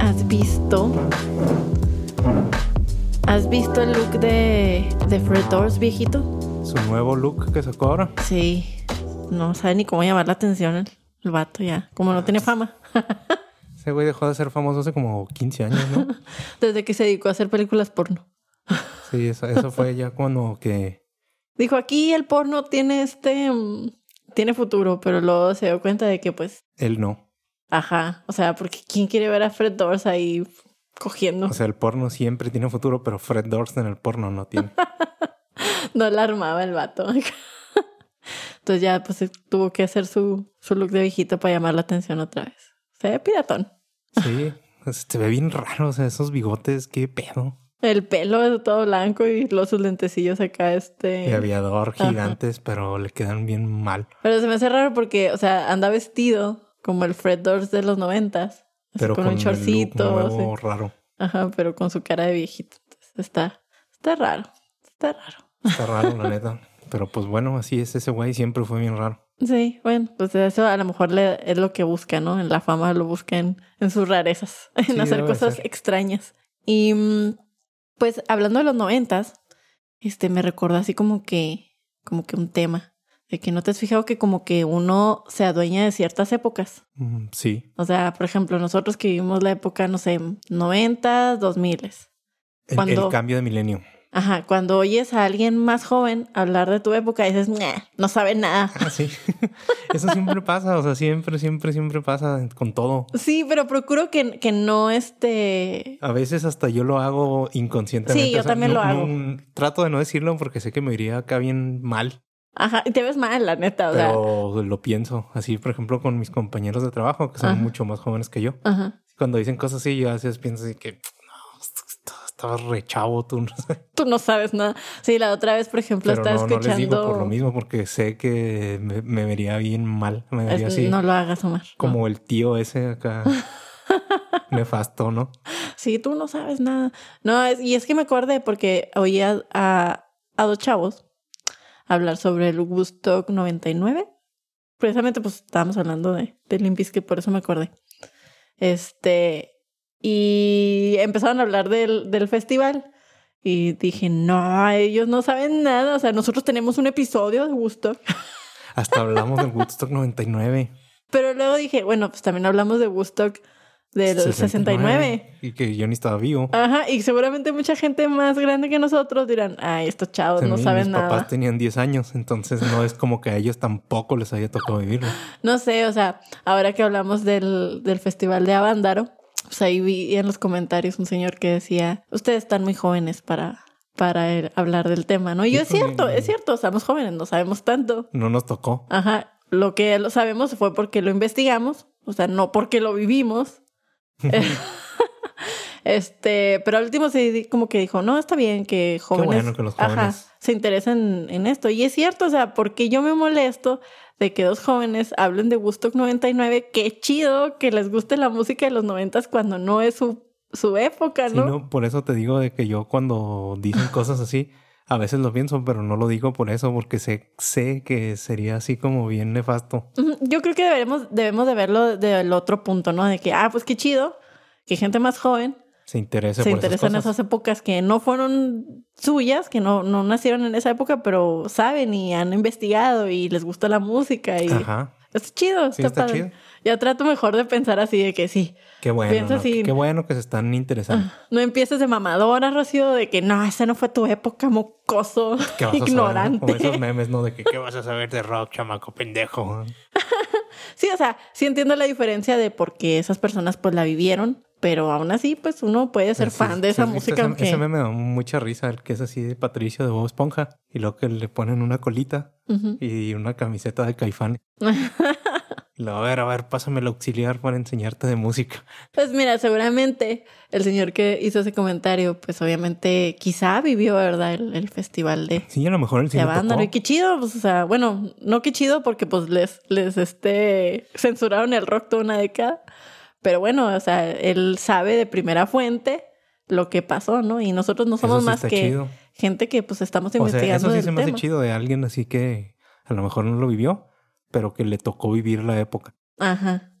¿Has visto el look de Fred Durst, viejito? Su nuevo look que sacó ahora. Sí. No sabe ni cómo llamar la atención el vato ya. Como no tiene fama. Ese güey dejó de ser famoso hace como 15 años, ¿no? Desde que se dedicó a hacer películas porno. Sí, eso fue ya cuando que... Dijo, aquí el porno tiene tiene futuro, pero luego se dio cuenta de que pues... Él no. Ajá. O sea, porque ¿quién quiere ver a Fred Durst ahí cogiendo? O sea, el porno siempre tiene futuro, pero Fred Durst en el porno no tiene. No la armaba el vato. Entonces ya pues tuvo que hacer su look de viejito para llamar la atención otra vez. Se ve piratón. Sí, se ve bien raro. O sea, esos bigotes, qué pedo. El pelo es todo blanco y luego sus lentecillos acá De aviador gigantes, Ajá. pero le quedan bien mal. Pero se me hace raro porque, o sea, anda vestido como el Fred Durst de los 90s. Pero con un shortcito. El look nuevo, raro. Ajá, pero con su cara de viejito. Entonces está raro. Está raro. Está raro, la neta. Pero pues bueno, así es ese güey. Siempre fue bien raro. Sí, bueno, pues eso a lo mejor es lo que busca, ¿no? En la fama lo busca en sus rarezas. En Sí, hacer debe cosas ser. extrañas. Y pues hablando de los 90s, me recordó así como que un tema. De que no te has fijado que como que uno se adueña de ciertas épocas. Sí. O sea, por ejemplo, nosotros que vivimos la época, no sé, 90s, 2000s. El cambio de milenio. Ajá, cuando oyes a alguien más joven hablar de tu época, dices, "Nah, no sabe nada." Ah, sí. Eso siempre pasa. O sea, siempre pasa con todo. Sí, pero procuro que no A veces hasta yo lo hago inconscientemente. Sí, yo también lo hago. Trato de no decirlo porque sé que me iría acá bien mal. Ajá, y te ves mal, la neta, o sea. Pero lo pienso. Así, por ejemplo, con mis compañeros de trabajo, que son Ajá. mucho más jóvenes que yo. Ajá. Cuando dicen cosas así, yo a veces pienso así que... No, estabas re chavo tú. No sé. Tú no sabes nada. Sí, la otra vez, por ejemplo, Pero estaba no escuchando... les digo por lo mismo, porque sé que me vería bien mal. Me vería así. No lo hagas, Omar. Como no. el tío ese acá. Nefasto, ¿no? Sí, tú no sabes nada. No, y es que me acordé porque oía a dos chavos hablar sobre el Woodstock 99. Precisamente, pues, estábamos hablando de Limp Bizkit, por eso me acordé. Y empezaron a hablar del festival. Y dije, no, ellos no saben nada. O sea, nosotros tenemos un episodio de Woodstock. Hasta hablamos del Woodstock 99. Pero luego dije, bueno, pues también hablamos de Woodstock del 69. Y que yo ni estaba vivo. Ajá, y seguramente mucha gente más grande que nosotros dirán, ay, estos chavos no saben nada. Mis papás tenían 10 años, entonces no es como que a ellos tampoco les haya tocado vivirlo. No sé, o sea, ahora que hablamos del festival de Avándaro, pues ahí vi en los comentarios un señor que decía, ustedes están muy jóvenes para hablar del tema, ¿no? Y yo, es cierto, estamos jóvenes, no sabemos tanto. No nos tocó. Ajá, lo que lo sabemos fue porque lo investigamos, o sea, no porque lo vivimos. Pero al último sí como que dijo, no, está bien que jóvenes, Qué bueno que los jóvenes se interesen en esto. Y es cierto, o sea, porque yo me molesto de que dos jóvenes hablen de Woodstock 99. Qué chido que les guste la música de los 90s cuando no es su época, ¿no? Sí, no, por eso te digo de que yo cuando dicen cosas así, a veces lo pienso, pero no lo digo por eso, porque sé que sería así como bien nefasto. Yo creo que debemos de verlo del otro punto, ¿no? De que, pues qué chido que gente más joven se interesa en esas épocas que no fueron suyas, que no nacieron en esa época, pero saben y han investigado y les gusta la música y Ajá. Está chido, sí, está padre. Chido. Ya trato mejor de pensar así de que sí. Qué bueno, Piensa ¿no? así. Qué bueno que se están interesando. No empieces de mamadora, Rocío, de que no, esa no fue tu época, mocoso, ¿Qué vas ignorante. A saber, ¿no? Como esos memes, ¿no? De que ¿qué vas a saber de rock, chamaco pendejo? Sí, o sea, sí entiendo la diferencia de por qué esas personas pues la vivieron, pero aún así pues uno puede ser fan de esa música. Ese meme me da mucha risa, el que es así de Patricio de Bob Esponja y luego que le ponen una colita y una camiseta de Caifán. Y luego, a ver, pásame el auxiliar para enseñarte de música. Pues mira, seguramente el señor que hizo ese comentario, pues obviamente quizá vivió, ¿verdad? El festival de... Sí, a lo mejor el sí le tocó. Y qué chido, pues, o sea, bueno, no qué chido porque pues les censuraron el rock toda una década. Pero bueno, o sea, él sabe de primera fuente lo que pasó, ¿no? Y nosotros no somos más que chido. Gente que pues estamos investigando. O sea, eso sí se me hace chido de alguien así que a lo mejor no lo vivió, pero que le tocó vivir la época. Ajá.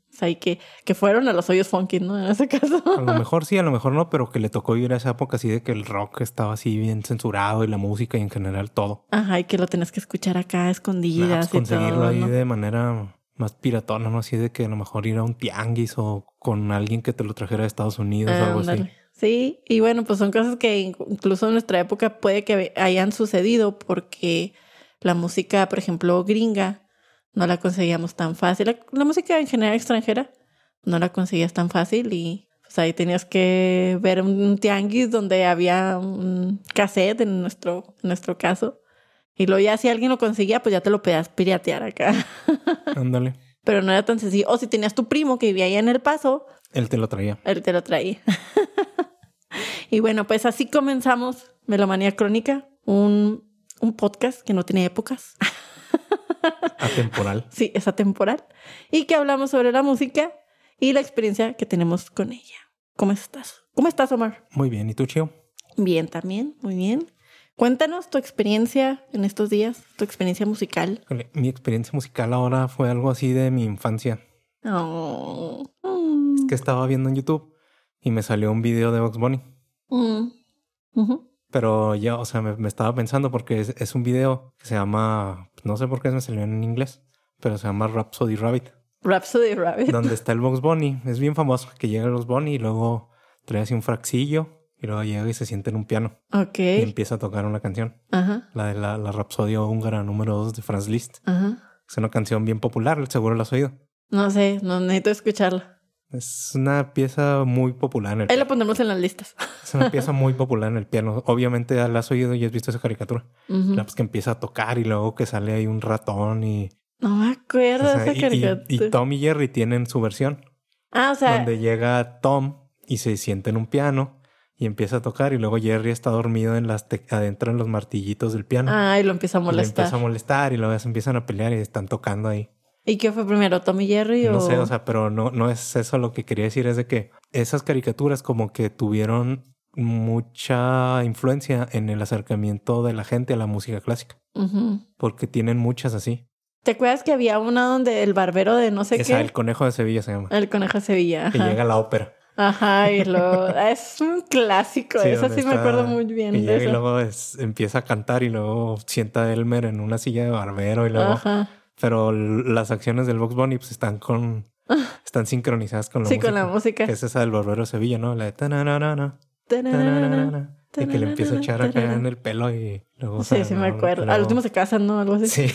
O sea, y que fueron a los hoyos funky, ¿no? En ese caso. A lo mejor sí, a lo mejor no, pero que le tocó vivir esa época así de que el rock estaba así bien censurado y la música y en general todo. Ajá, y que lo tenías que escuchar acá a escondidas y conseguirlo todo, ahí ¿no? de manera más piratona, ¿no? Así de que a lo mejor ir a un tianguis o con alguien que te lo trajera de Estados Unidos o algo así. Sí, y bueno, pues son cosas que incluso en nuestra época puede que hayan sucedido porque la música, por ejemplo, gringa, no la conseguíamos tan fácil. La música en general extranjera no la conseguías tan fácil y pues ahí tenías que ver un tianguis donde había un cassette en nuestro caso. Y luego ya si alguien lo conseguía, pues ya te lo podías piratear acá. Ándale. Pero no era tan sencillo. O si tenías tu primo que vivía allá en El Paso. Él te lo traía. Él te lo traía. Y bueno, pues así comenzamos Melomanía Crónica. Un podcast que no tiene épocas. Atemporal. Sí, es atemporal. Y que hablamos sobre la música y la experiencia que tenemos con ella. ¿Cómo estás? ¿Cómo estás, Omar? Muy bien. ¿Y tú, Chio? Bien, también. Muy bien. Cuéntanos tu experiencia en estos días, tu experiencia musical. Mi experiencia musical ahora fue algo así de mi infancia. Oh. Es que estaba viendo en YouTube y me salió un video de Bugs Bunny. Pero ya, o sea, me estaba pensando porque es un video que se llama, no sé por qué me salió en inglés, pero se llama Rhapsody Rabbit. Rhapsody Rabbit. Donde está el Bugs Bunny. Es bien famoso que llega el Bugs Bunny y luego trae así un fraxillo y luego llega y se sienta en un piano. Ok. Y empieza a tocar una canción. Ajá. La de la Rapsodia húngara número 2 de Franz Liszt. Ajá. Es una canción bien popular, seguro la has oído. No sé, no necesito escucharla. Es una pieza muy popular en el Ahí la pondremos en las listas. Es una pieza muy popular en el piano. Obviamente ya la has oído y has visto esa caricatura. La pues que empieza a tocar y luego que sale ahí un ratón y... No me acuerdo de esa caricatura. Y Tom y Jerry tienen su versión. Ah, o sea... Donde llega Tom y se sienta en un piano y empieza a tocar y luego Jerry está dormido adentro en los martillitos del piano. Ah, y lo empieza a molestar. Y le empieza a molestar y luego se empiezan a pelear y están tocando ahí. ¿Y qué fue primero, Tom y Jerry o...? No sé, o sea, pero no es eso lo que quería decir. Es de que esas caricaturas como que tuvieron mucha influencia en el acercamiento de la gente a la música clásica. Porque tienen muchas así. ¿Te acuerdas que había una donde el barbero de no sé qué? El Conejo de Sevilla se llama. El Conejo de Sevilla, ajá. Que llega a la ópera. Ajá, y luego... es un clásico. Sí, eso sí me acuerdo muy bien. Y llega y luego empieza a cantar y luego sienta a Elmer en una silla de barbero y luego... Ajá. Pero las acciones del Bugs Bunny pues están sincronizadas con la música. Sí, con la música. Que es esa del Barbero de Sevilla, ¿no? La de tananana, tananana, y que le empieza a echar acá en el pelo y luego... Sí, sí me acuerdo. Luego... Al último se casan, ¿no? Algo así. Sí.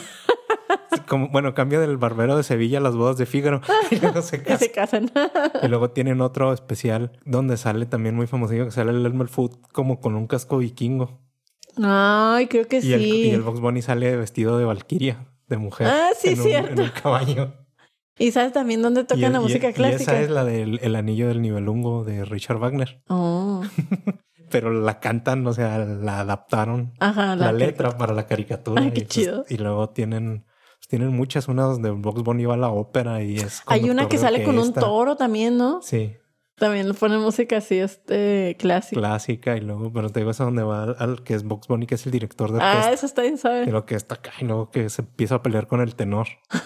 Cambia del Barbero de Sevilla a las bodas de Fígaro. Y luego se casan. Y se casan. Y luego tienen otro especial donde sale también muy famosillo que sale el Elmer Fudd como con un casco vikingo. Ay, creo que sí. Y el Bugs Bunny sale vestido de valquiria. De mujer. Ah, sí, cierto. En un caballo. ¿Y sabes también dónde tocan la música clásica? Y esa es la del El Anillo del Nibelungo de Richard Wagner. Oh. Pero la cantan, o sea, la adaptaron. Ajá, la letra para la caricatura. Ay, qué chido. Y luego tienen muchas, unas donde Bugs Bunny va a la ópera y es... Hay una que sale con un toro también, ¿no? Sí. También le ponen música así, clásica. Clásica y luego, pero te digo, es a donde va al que es Bugs Bunny, que es el director de orquesta. Ah, eso está bien, ¿sabes? Y lo que está acá y luego que se empieza a pelear con el tenor.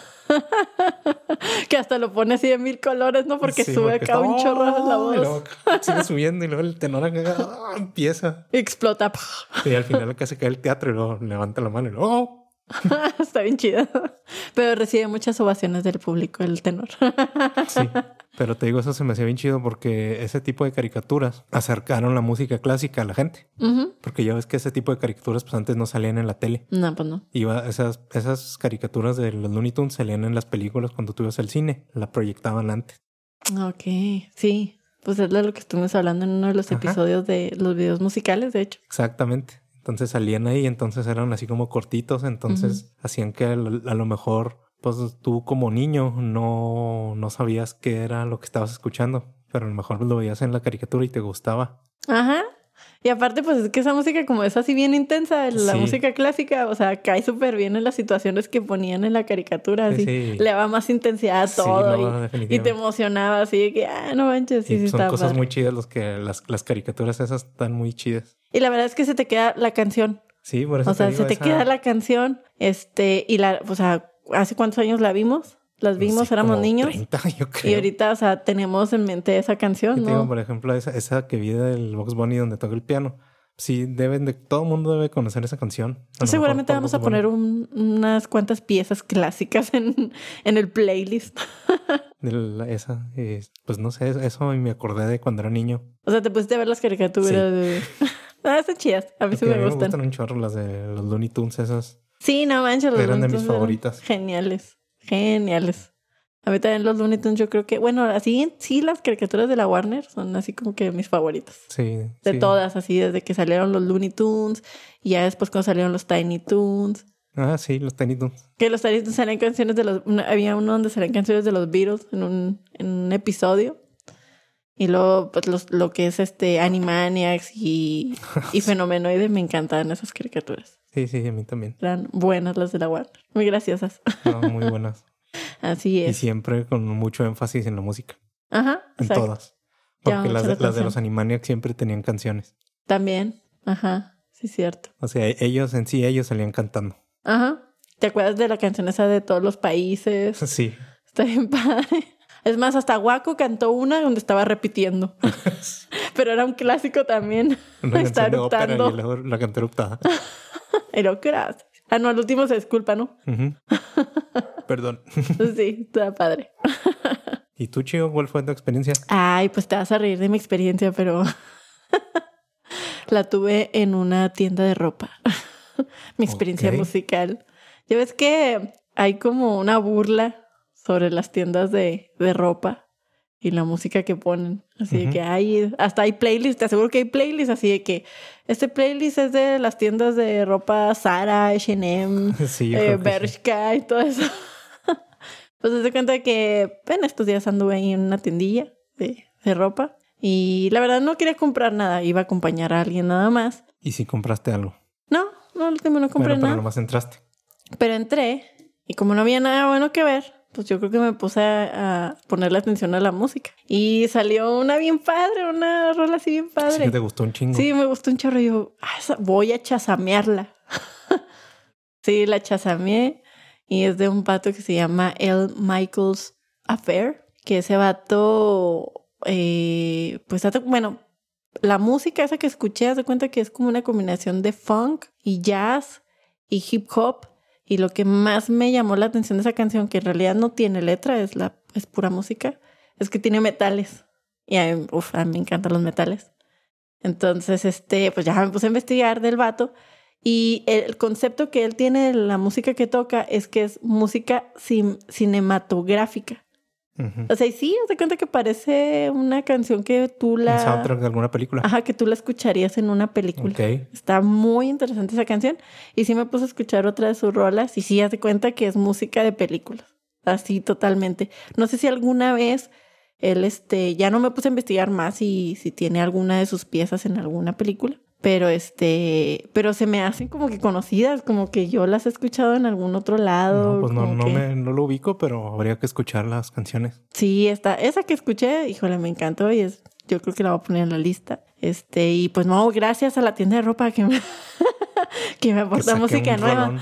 Que hasta lo pone así de 1000 colores, ¿no? Porque sí, sube acá un chorro la voz. Y luego sigue subiendo y luego el tenor acá empieza. Y explota. Y al final acá se cae el teatro y luego levanta la mano y luego... Está bien chido. Pero recibe muchas ovaciones del público el tenor. Sí, pero te digo, eso se me hacía bien chido porque ese tipo de caricaturas acercaron la música clásica a la gente. Porque ya ves que ese tipo de caricaturas pues antes no salían en la tele. No, pues no. Esas caricaturas de los Looney Tunes salían en las películas cuando tú ibas al cine. La proyectaban antes. Ok, sí. Pues es de lo que estuvimos hablando en uno de los episodios de los videos musicales, de hecho. Exactamente. Entonces salían ahí, entonces eran así como cortitos, entonces hacían que a lo mejor, pues tú como niño no sabías qué era lo que estabas escuchando, pero a lo mejor lo veías en la caricatura y te gustaba. Ajá. Y aparte, pues es que esa música como es así bien intensa, la música clásica, o sea, cae súper bien en las situaciones que ponían en la caricatura, así. Sí. Le daba más intensidad a todo y te emocionaba así de que, no manches, sí, son cosas padre. Muy chidas las caricaturas esas están muy chidas. Y la verdad es que se te queda la canción. Sí, por eso o sea, se te queda la canción, o sea, ¿hace cuántos años la vimos? las vimos, Sí, éramos como niños. 30, yo creo. Y ahorita, o sea, tenemos en mente esa canción, Yo te ¿no? digo, por ejemplo, esa que vi del Bugs Bunny donde toca el piano. Sí, todo el mundo debe conocer esa canción. A lo Seguramente mejor por vamos a Bugs Bunny. poner unas cuantas piezas clásicas en el playlist. Pues no sé, eso y me acordé de cuando era niño. O sea, te pusiste a ver las caricaturas Sí. de... están chidas. A mí sí Porque a me mí gustan. me gustan un chorro las de los Looney Tunes, esas. Sí, no manches. Los Eran de Looney mis Tunes favoritas. Geniales. Geniales. A mí también los Looney Tunes yo creo que... Bueno, así sí las caricaturas de la Warner son así como que mis favoritas. Sí. De sí. todas, así desde que salieron los Looney Tunes y ya después cuando salieron los Tiny Toons. Ah, sí, los Tiny Toons. Que los Tiny Toons salían canciones de los... Había uno donde salían canciones de los Beatles en un episodio. Y luego, pues, lo que es Animaniacs y Fenomenoide, me encantaban esas caricaturas. Sí, a mí también. Eran buenas las de la Warner. Muy graciosas. No, muy buenas. Así Y es. siempre con mucho énfasis en la música. Ajá, En exacto. todas. Llama Porque mucho la las de atención. los Animaniacs siempre tenían canciones. También. Ajá, sí, cierto. O sea, ellos salían cantando. Ajá. ¿Te acuerdas de la canción esa de todos los países? Sí. Está bien padre. Es más, hasta Waco cantó una donde estaba repitiendo. Pero era un clásico también. Una Está canción de ópera y eructando. luego la canté eruptada. Gracias. Ah, no, al último se disculpa, ¿no? Ujú. Perdón. Sí, está padre. ¿Y tú, Chio, cuál fue tu experiencia? Ay, pues te vas a reír de mi experiencia, pero la tuve en una tienda de ropa. Mi experiencia Ok. musical. Ya ves que hay como una burla sobre las tiendas de ropa y la música que ponen. Así de que hasta hay playlists, te aseguro que hay playlists así de que este playlist es de las tiendas de ropa Zara, H&M, Sí, yo creo que sí. Bershka y todo eso. Pues te das cuenta que en estos días anduve ahí en una tiendilla de ropa y la verdad no quería comprar nada, iba a acompañar a alguien nada más. ¿Y si compraste algo? No, al último no compré Pero nada. nomás entraste. Pero entré y como no había nada bueno que ver, pues yo creo que me puse a ponerle atención a la música. Y salió una bien padre, una rola así bien padre. Sí, te gustó un chingo. Sí, me gustó un chorro. Y yo, voy a chasamearla. Sí, la chasameé. Y es de un vato que se llama L. Michaels Affair. Que ese vato, pues, bueno, la música esa que escuché, haz de cuenta que es como una combinación de funk y jazz y hip hop. Y lo que más me llamó la atención de esa canción, que en realidad no tiene letra, es pura música, es que tiene metales. Y a mí me encantan los metales. Entonces, pues ya me puse a investigar del vato. Y el concepto que él tiene de la música que toca es que es música cinematográfica. Uh-huh. O sea, y sí, te cuenta que parece una canción que tú ¿Un soundtrack de alguna película? Ajá, que tú la escucharías en una película. Ok. Está muy interesante esa canción. Y sí me puse a escuchar otra de sus rolas y sí, haz de cuenta que es música de películas. Así totalmente. No sé si alguna vez él, ya no me puse a investigar más si tiene alguna de sus piezas en alguna película. Pero pero se me hacen como que conocidas, como que yo las he escuchado en algún otro lado. No, pues como que... no lo ubico, pero habría que escuchar las canciones. Sí, esa que escuché, híjole, me encantó y yo creo que la voy a poner en la lista. Y pues no, gracias a la tienda de ropa que me aporta música nueva.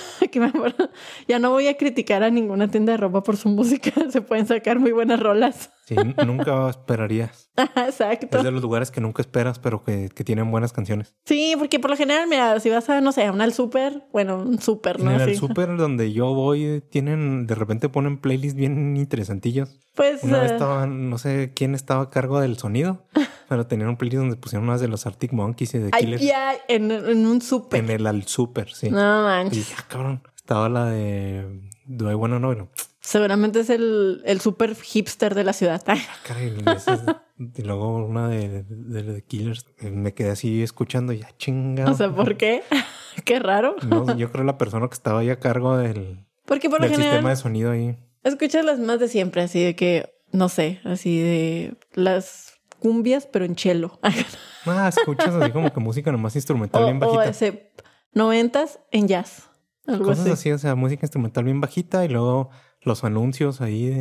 Ya no voy a criticar a ninguna tienda de ropa por su música. Se pueden sacar muy buenas rolas. Sí, nunca esperarías. Exacto. Es de los lugares que nunca esperas, pero que tienen buenas canciones. Sí, porque por lo general, mira, si vas a, no sé, a un súper, bueno, un súper, ¿no? En el Sí. súper donde yo voy, de repente ponen playlists bien interesantillos. Pues... Una vez no sé quién estaba a cargo del sonido, pero tenían un playlist donde pusieron unas de los Arctic Monkeys y de Killers. Ya, en un súper. En el súper, sí. No Y manches. dije, cabrón, estaba la de Do I Wanna Know? No. Seguramente es el súper hipster de la ciudad. Caray, y luego una de Killers. Me quedé así escuchando y ya chingado. O sea, ¿por qué? Qué raro. No, yo creo la persona que estaba ahí a cargo del Porque por lo sistema general de sonido ahí. escuchas las más de siempre, así de que, no sé, así de las cumbias, pero en chelo. Escuchas así como que música nomás instrumental bien O bajita. ese 90s en jazz. Algo Cosas así. así, o sea, música instrumental bien bajita y luego los anuncios ahí de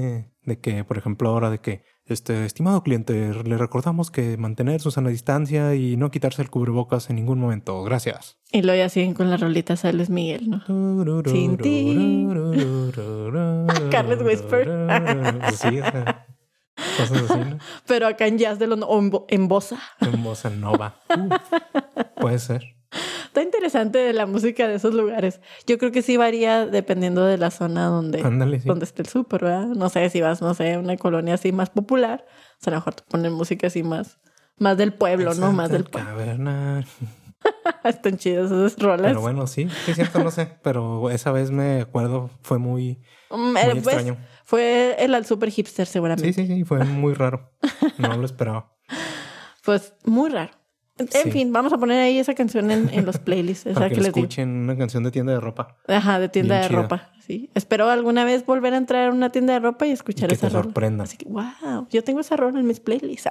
De que, por ejemplo, ahora de que, estimado cliente, le recordamos que mantener su sana distancia y no quitarse el cubrebocas en ningún momento. Gracias. Y luego ya siguen con las rolitas a Luis Miguel, ¿no? Sin ti. Carlos Whisper. Sí, o sea, cosas así, ¿no? Pero acá en jazz de los... en bossa. En bossa nova. Puede ser. Está interesante de la música de esos lugares. Yo creo que sí varía dependiendo de la zona donde, Ándale, sí. donde esté el súper, ¿verdad? No sé, si vas, no sé, a una colonia así más popular, o sea, a lo mejor te ponen música así más del pueblo, ¿no? Más del pueblo. Caverna. Están chidas esas rolas. Pero bueno, sí es cierto, no sé. Pero esa vez me acuerdo, fue muy extraño. Fue el super hipster, seguramente. Sí, fue muy raro. No lo esperaba. Pues muy raro. En fin, vamos a poner ahí esa canción en los playlists. Esa Para que les escuchen digo. una canción de tienda de ropa. Ajá, de tienda Bien de chida. ropa. Sí. Espero alguna vez volver a entrar a una tienda de ropa y escuchar Y que esa te rola. sorprenda. Así que, wow, yo tengo esa rola en mis playlists.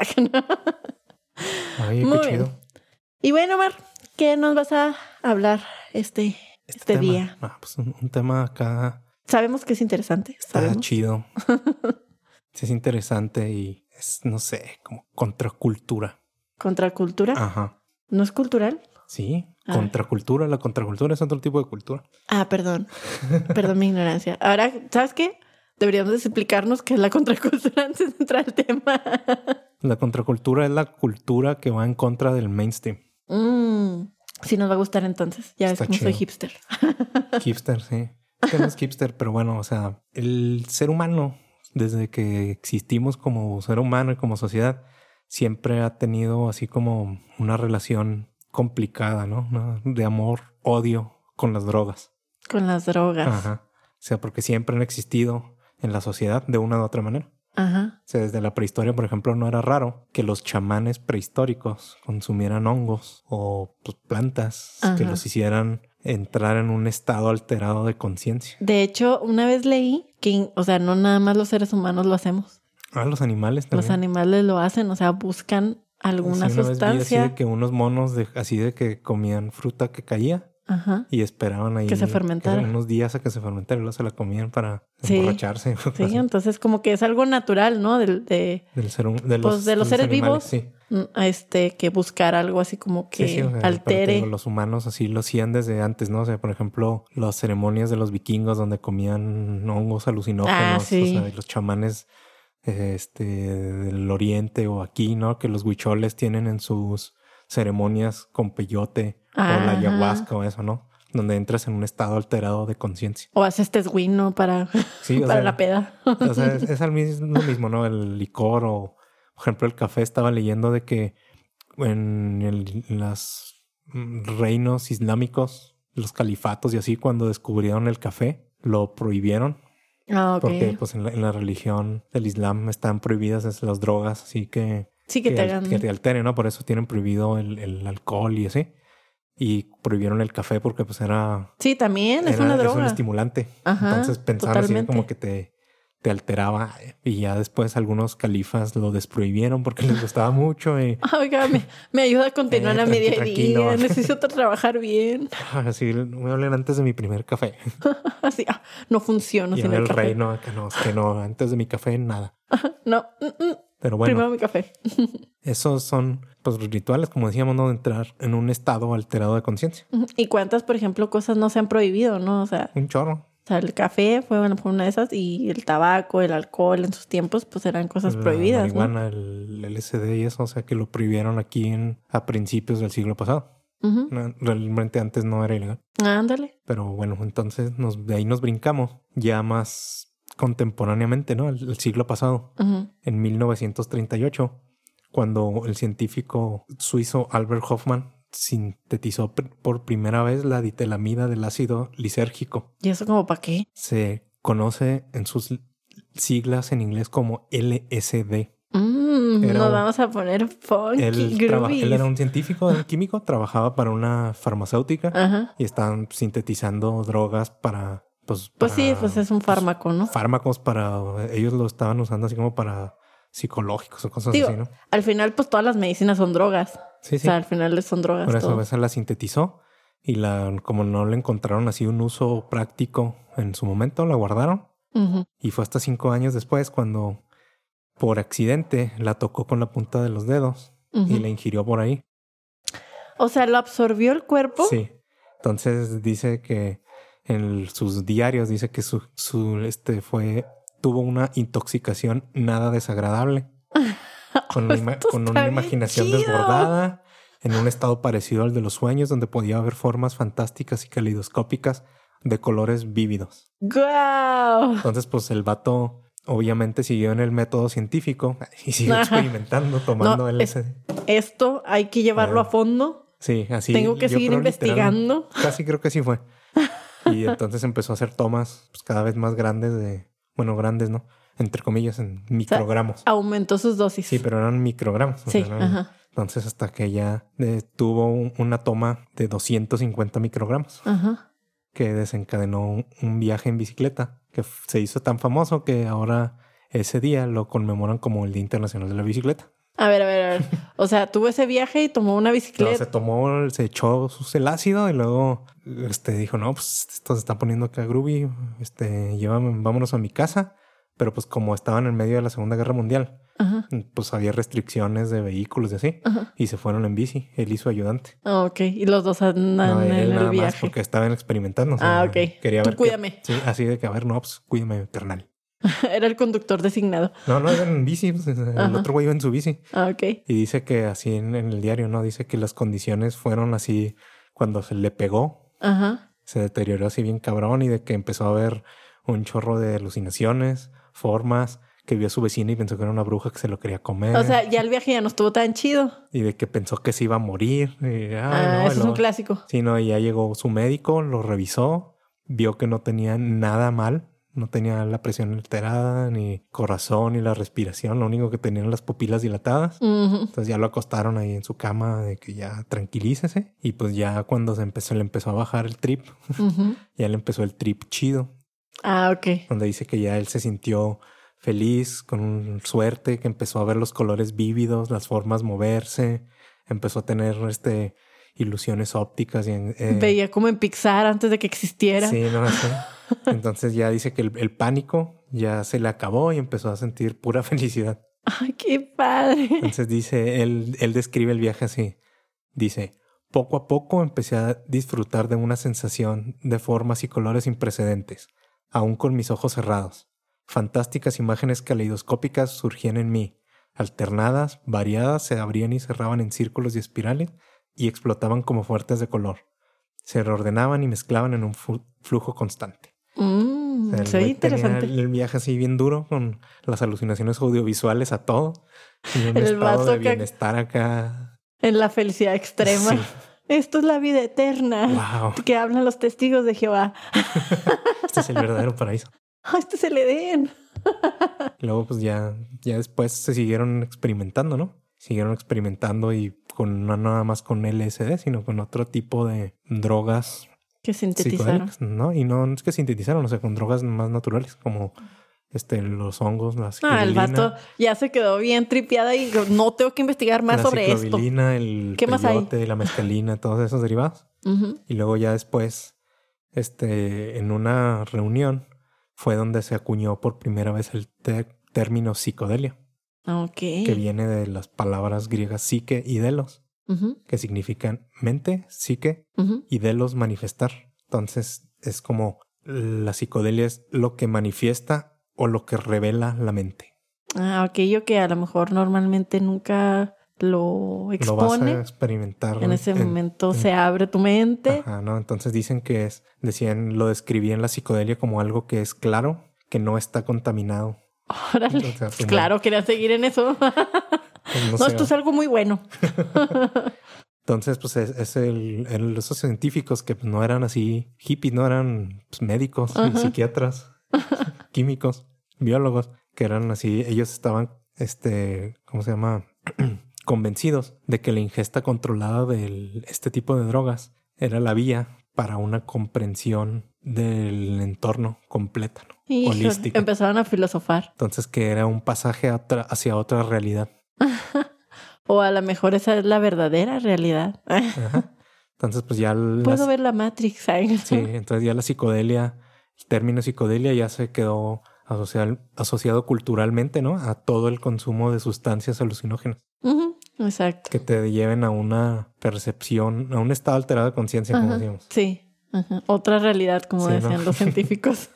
Ay, Muy qué chido. bien. Y bueno, Omar, ¿qué nos vas a hablar este tema. día? Pues un tema acá Sabemos que es interesante. está Sabemos. chido. Sí, es interesante y es, no sé, como contracultura. ¿Contracultura? Ajá. ¿No es cultural? Sí, Ah. contracultura. La contracultura es otro tipo de cultura. Ah, perdón. Perdón mi ignorancia. Ahora, ¿sabes qué? Deberíamos explicarnos qué es la contracultura antes de entrar al tema. La contracultura es la cultura que va en contra del mainstream. Sí nos va a gustar entonces. Ya ves Está cómo soy chido. hipster. Hipster, sí. Es que no es hipster, pero bueno, o sea, el ser humano, desde que existimos como ser humano y como sociedad, siempre ha tenido así como una relación complicada, ¿no? De amor, odio con las drogas. Con las drogas. Ajá. O sea, porque siempre han existido en la sociedad de una u otra manera. Ajá. O sea, desde la prehistoria, por ejemplo, no era raro que los chamanes prehistóricos consumieran hongos o pues, plantas que los hicieran entrar en un estado alterado de conciencia. De hecho, una vez leí que, o sea, no nada más los seres humanos lo hacemos. Ah, los animales también. Los animales lo hacen, o sea, buscan alguna Sí, una vez vi sustancia. así de que unos monos así de que comían fruta que caía y esperaban ahí que se fermentara. unos días a que se fermentara y luego se la comían para Sí. emborracharse. Sí, entonces como que es algo natural, ¿no? Del Pues de los seres animales, vivos, sí. que buscar algo así como que Sí, o sea, altere. pero te digo, los humanos así lo hacían desde antes, ¿no? O sea, por ejemplo, las ceremonias de los vikingos donde comían hongos alucinógenos, sí. o sea, y los chamanes del oriente o aquí, ¿no? Que los huicholes tienen en sus ceremonias con peyote o la ayahuasca o eso, ¿no? Donde entras en un estado alterado de conciencia. O haces tesguino para, Sí, para la peda. O sea, es lo mismo, ¿no? El licor o, por ejemplo, el café. Estaba leyendo de que en los reinos islámicos, los califatos y así, cuando descubrieron el café, lo prohibieron. Ah, ok. Porque pues en la religión del Islam están prohibidas las drogas, así que... Sí, que te hagan... Que te alteren, ¿no? Por eso tienen prohibido el alcohol y así. Y prohibieron el café porque pues era... Sí, también es una droga. Es un estimulante. Ajá, entonces pensaban así totalmente. como que te alteraba. Y ya después algunos califas lo desprohibieron porque les gustaba mucho. Y... Oiga, me ayuda a continuar a media tranquilo. día. Necesito trabajar bien. Así me hablan antes de mi primer café. Así, no funciona Y sin en el el café. rey, no, que no, antes de mi café, nada. No. Pero bueno. Primero mi café. Esos son pues rituales, como decíamos, ¿no? De entrar en un estado alterado de conciencia. ¿Y cuántas, por ejemplo, cosas no se han prohibido, no? O sea, Un chorro. el café fue una de esas y el tabaco, el alcohol en sus tiempos, pues eran cosas prohibidas, La marihuana, el LSD y eso, o sea, que lo prohibieron aquí a principios del siglo pasado. Realmente antes no era ilegal. Ándale. Pero bueno, entonces de ahí nos brincamos ya más contemporáneamente, ¿no? El siglo pasado, en 1938, cuando el científico suizo Albert Hoffman sintetizó por primera vez la ditelamida del ácido lisérgico. ¿Y eso como para qué? Se conoce en sus siglas en inglés como LSD. Nos vamos a poner funky, Él era un científico, un químico, trabajaba para una farmacéutica y estaban sintetizando drogas para... Pues sí, pues es un fármaco, ¿no? Fármacos ellos lo estaban usando así como para psicológicos o cosas así, ¿no? Al final, pues todas las medicinas son drogas. Sí. O sea, al final son drogas. Por eso todo. esa la sintetizó y como no le encontraron así un uso práctico en su momento, la guardaron Y fue hasta 5 años después cuando por accidente la tocó con la punta de los dedos y la ingirió por ahí. O sea, ¿lo absorbió el cuerpo? Sí. Entonces dice que en sus diarios dice que tuvo una intoxicación nada desagradable. Con una imaginación desbordada, en un estado parecido al de los sueños, donde podía ver formas fantásticas y caleidoscópicas de colores vívidos. ¡Guau! Entonces, pues el vato obviamente siguió en el método científico y siguió experimentando, tomando LSD. Esto hay que llevarlo a fondo. Sí, así. Tengo que seguir investigando. Casi creo que sí fue. Y entonces empezó a hacer tomas pues, cada vez más grandes grandes, ¿no? Entre comillas, en microgramos. O sea, aumentó sus dosis. Sí, pero eran microgramos. Sí, ajá. Entonces hasta que ya tuvo una toma de 250 microgramos. Ajá. Que desencadenó un viaje en bicicleta que se hizo tan famoso que ahora ese día lo conmemoran como el Día Internacional de la Bicicleta. A ver. O sea, tuvo ese viaje y tomó una bicicleta. No, se echó el ácido y luego dijo, no, pues esto se está poniendo acá groovy, vámonos a mi casa. Pero pues como estaban en medio de la Segunda Guerra Mundial, ajá, pues había restricciones de vehículos y así. Ajá. Y se fueron en bici, él y su ayudante. Ok, y los dos andan en el nada viaje. Más porque estaban experimentando. O sea, ok. Quería Tú ver cuídame. Sí, así de que, a ver, no, pues cuídame, carnal. Era el conductor designado. No, era en bici. Pues, el otro güey iba en su bici. Ok. Y dice que así en el diario, ¿no? Dice que las condiciones fueron así cuando se le pegó. Ajá. Se deterioró así bien cabrón y de que empezó a ver un chorro de alucinaciones, formas, que vio a su vecina y pensó que era una bruja que se lo quería comer. O sea, ya el viaje ya no estuvo tan chido. Y de que pensó que se iba a morir. Y, eso es un clásico. Sí, no, y ya llegó su médico, lo revisó, vio que no tenía nada mal. No tenía la presión alterada, ni corazón, ni la respiración. Lo único que tenían las pupilas dilatadas. Uh-huh. Entonces ya lo acostaron ahí en su cama de que ya tranquilícese. Y pues ya cuando le empezó a bajar el trip, uh-huh, ya le empezó el trip chido. Ok. Donde dice que ya él se sintió feliz, con suerte, que empezó a ver los colores vívidos, las formas moverse. Empezó a tener ilusiones ópticas. Veía como en Pixar antes de que existiera. Sí, no sé. Entonces ya dice que el pánico ya se le acabó y empezó a sentir pura felicidad. ¡Ay, qué padre! Entonces dice, él describe el viaje así. Dice, poco a poco empecé a disfrutar de una sensación de formas y colores sin precedentes, aún con mis ojos cerrados. Fantásticas imágenes caleidoscópicas surgían en mí, alternadas, variadas, se abrían y cerraban en círculos y espirales y explotaban como fuertes de color. Se reordenaban y mezclaban en un flujo constante. Se ve interesante. Tenía el viaje así bien duro con las alucinaciones audiovisuales a todo. Y un estado de bienestar acá. En la felicidad extrema. Sí. Esto es la vida eterna. Wow. Que hablan los testigos de Jehová. Este es el verdadero paraíso. Este es el Edén. Luego pues ya después se siguieron experimentando, ¿no? Siguieron experimentando y no nada más con LSD, sino con otro tipo de drogas que sintetizaron, ¿no? Y no es que sintetizaron, o sea, con drogas más naturales, como los hongos, la ciclobilina. El vato ya se quedó bien tripeada y no tengo que investigar más sobre esto. La ciclobilina, el peyote, la mescalina, todos esos derivados. Uh-huh. Y luego ya después, en una reunión, fue donde se acuñó por primera vez el término psicodelia. Okay. Que viene de las palabras griegas psique y delos, uh-huh, que significan mente, psique, uh-huh, y delos manifestar. Entonces es como la psicodelia es lo que manifiesta o lo que revela la mente. Aquello que a lo mejor normalmente nunca lo expone. Lo vas a experimentar. En ese momento se abre tu mente. Ajá, ¿no? Entonces dicen que lo describían la psicodelia como algo que es claro, que no está contaminado. Órale. O sea, claro, quería seguir en eso. No, esto es algo muy bueno. Entonces, pues esos científicos que no eran así hippies, no eran médicos, psiquiatras, químicos, biólogos, que eran así, ellos estaban, ¿cómo se llama? Convencidos de que la ingesta controlada de este tipo de drogas era la vía para una comprensión del entorno completa, ¿no? Holística. Empezaron a filosofar. Entonces que era un pasaje hacia otra realidad. O a lo mejor esa es la verdadera realidad. Ajá. Entonces pues ya... Puedo ver la Matrix. Sí, entonces ya la psicodelia término psicodelia ya se quedó asociado culturalmente, ¿no? A todo el consumo de sustancias alucinógenas. Exacto. Que te lleven a una percepción, a un estado alterado de conciencia, como decíamos. Sí. Otra realidad, como sí, decían ¿no? los científicos.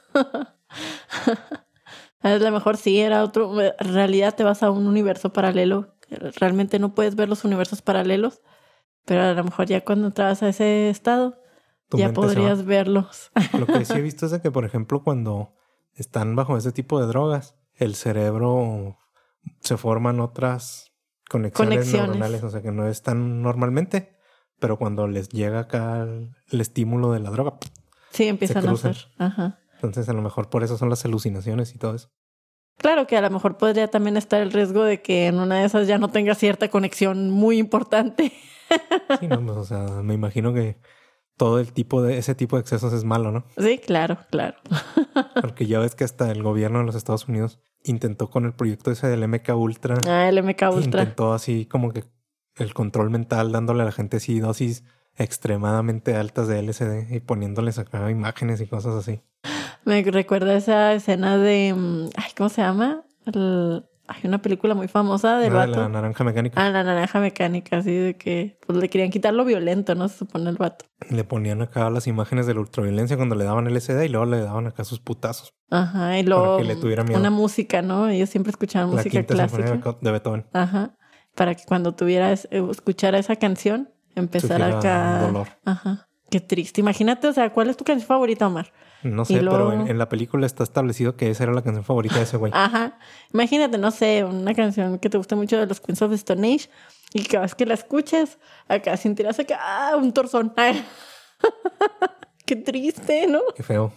A lo mejor sí era otro. En realidad te vas a un universo paralelo. Realmente no puedes ver los universos paralelos, pero a lo mejor ya cuando entras a ese estado, ya podrías verlos. Lo que sí he visto es de que, por ejemplo, cuando están bajo ese tipo de drogas, el cerebro se forman otras conexiones neuronales, o sea que no están normalmente, pero cuando les llega acá el estímulo de la droga, sí, empiezan a hacer. Ajá. Entonces a lo mejor por eso son las alucinaciones y todo eso. Claro que a lo mejor podría también estar el riesgo de que en una de esas ya no tenga cierta conexión muy importante. Sí, no, pues, o sea, me imagino que todo ese tipo de excesos es malo, ¿no? Sí, claro. Porque ya ves que hasta el gobierno de los Estados Unidos intentó con el proyecto ese del MK Ultra. El MK Ultra. Intentó así como que el control mental, dándole a la gente así dosis extremadamente altas de LSD y poniéndoles acá imágenes y cosas así. Me recuerda esa escena de... ¿cómo se llama? Hay una película muy famosa del vato. De la naranja mecánica. La naranja mecánica, así de que pues le querían quitar lo violento, ¿no? Se supone el vato. Le ponían acá las imágenes de la ultraviolencia cuando le daban LSD y luego le daban acá sus putazos. Ajá, y luego para que le tuviera miedo. Una música, ¿no? Ellos siempre escuchaban música clásica. La quinta de Beethoven. Ajá, para que cuando escuchara esa canción, empezara acá... dolor. Ajá, qué triste. Imagínate, o sea, ¿cuál es tu canción favorita, Omar? No sé, pero en la película está establecido que esa era la canción favorita de ese güey. Ajá. Imagínate, no sé, una canción que te guste mucho de los Queens of the Stone Age y cada vez que la escuches, acá sentirás acá un torzón. Ay. Qué triste, ¿no? Qué feo.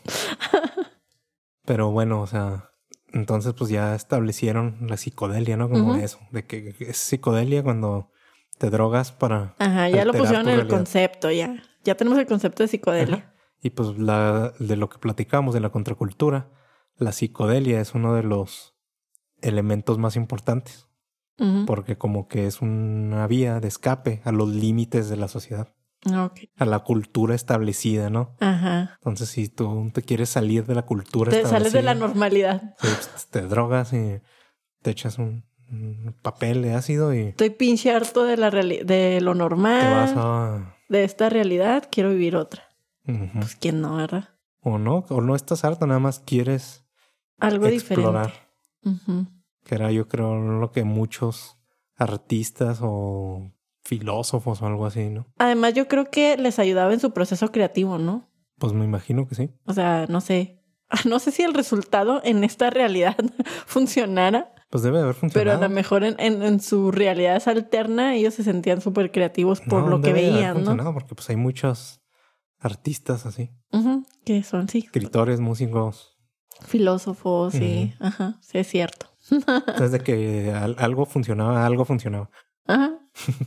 Pero bueno, o sea, entonces pues ya establecieron la psicodelia, ¿no? Como eso, de que es psicodelia cuando te drogas para... Ajá, ya lo pusieron en el concepto, ya. Ya tenemos el concepto de psicodelia. Ajá. Y pues de lo que platicamos de la contracultura, la psicodelia es uno de los elementos más importantes. Porque como que es una vía de escape a los límites de la sociedad. Okay. A la cultura establecida, ¿no? Ajá. Entonces, si tú te quieres salir de la cultura te sales de la normalidad. Sí, pues, te drogas y te echas un papel de ácido y... Estoy pinche harto de lo normal. Te vas a... De esta realidad, quiero vivir otra. Pues quién no, ¿verdad? O no estás harto, nada más quieres algo explorar. Diferente. Que era, yo creo, lo que muchos artistas o filósofos o algo así, ¿no? Además, yo creo que les ayudaba en su proceso creativo, ¿no? Pues me imagino que sí. O sea, no sé. No sé si el resultado en esta realidad funcionara. Pues debe de haber funcionado. Pero a lo mejor en su realidad alterna ellos se sentían súper creativos por lo que veían, ¿no? Porque pues hay muchos artistas así. Que son, sí. Escritores, músicos. Filósofos, sí. Ajá, sí, es cierto. Entonces de que algo funcionaba. Ajá.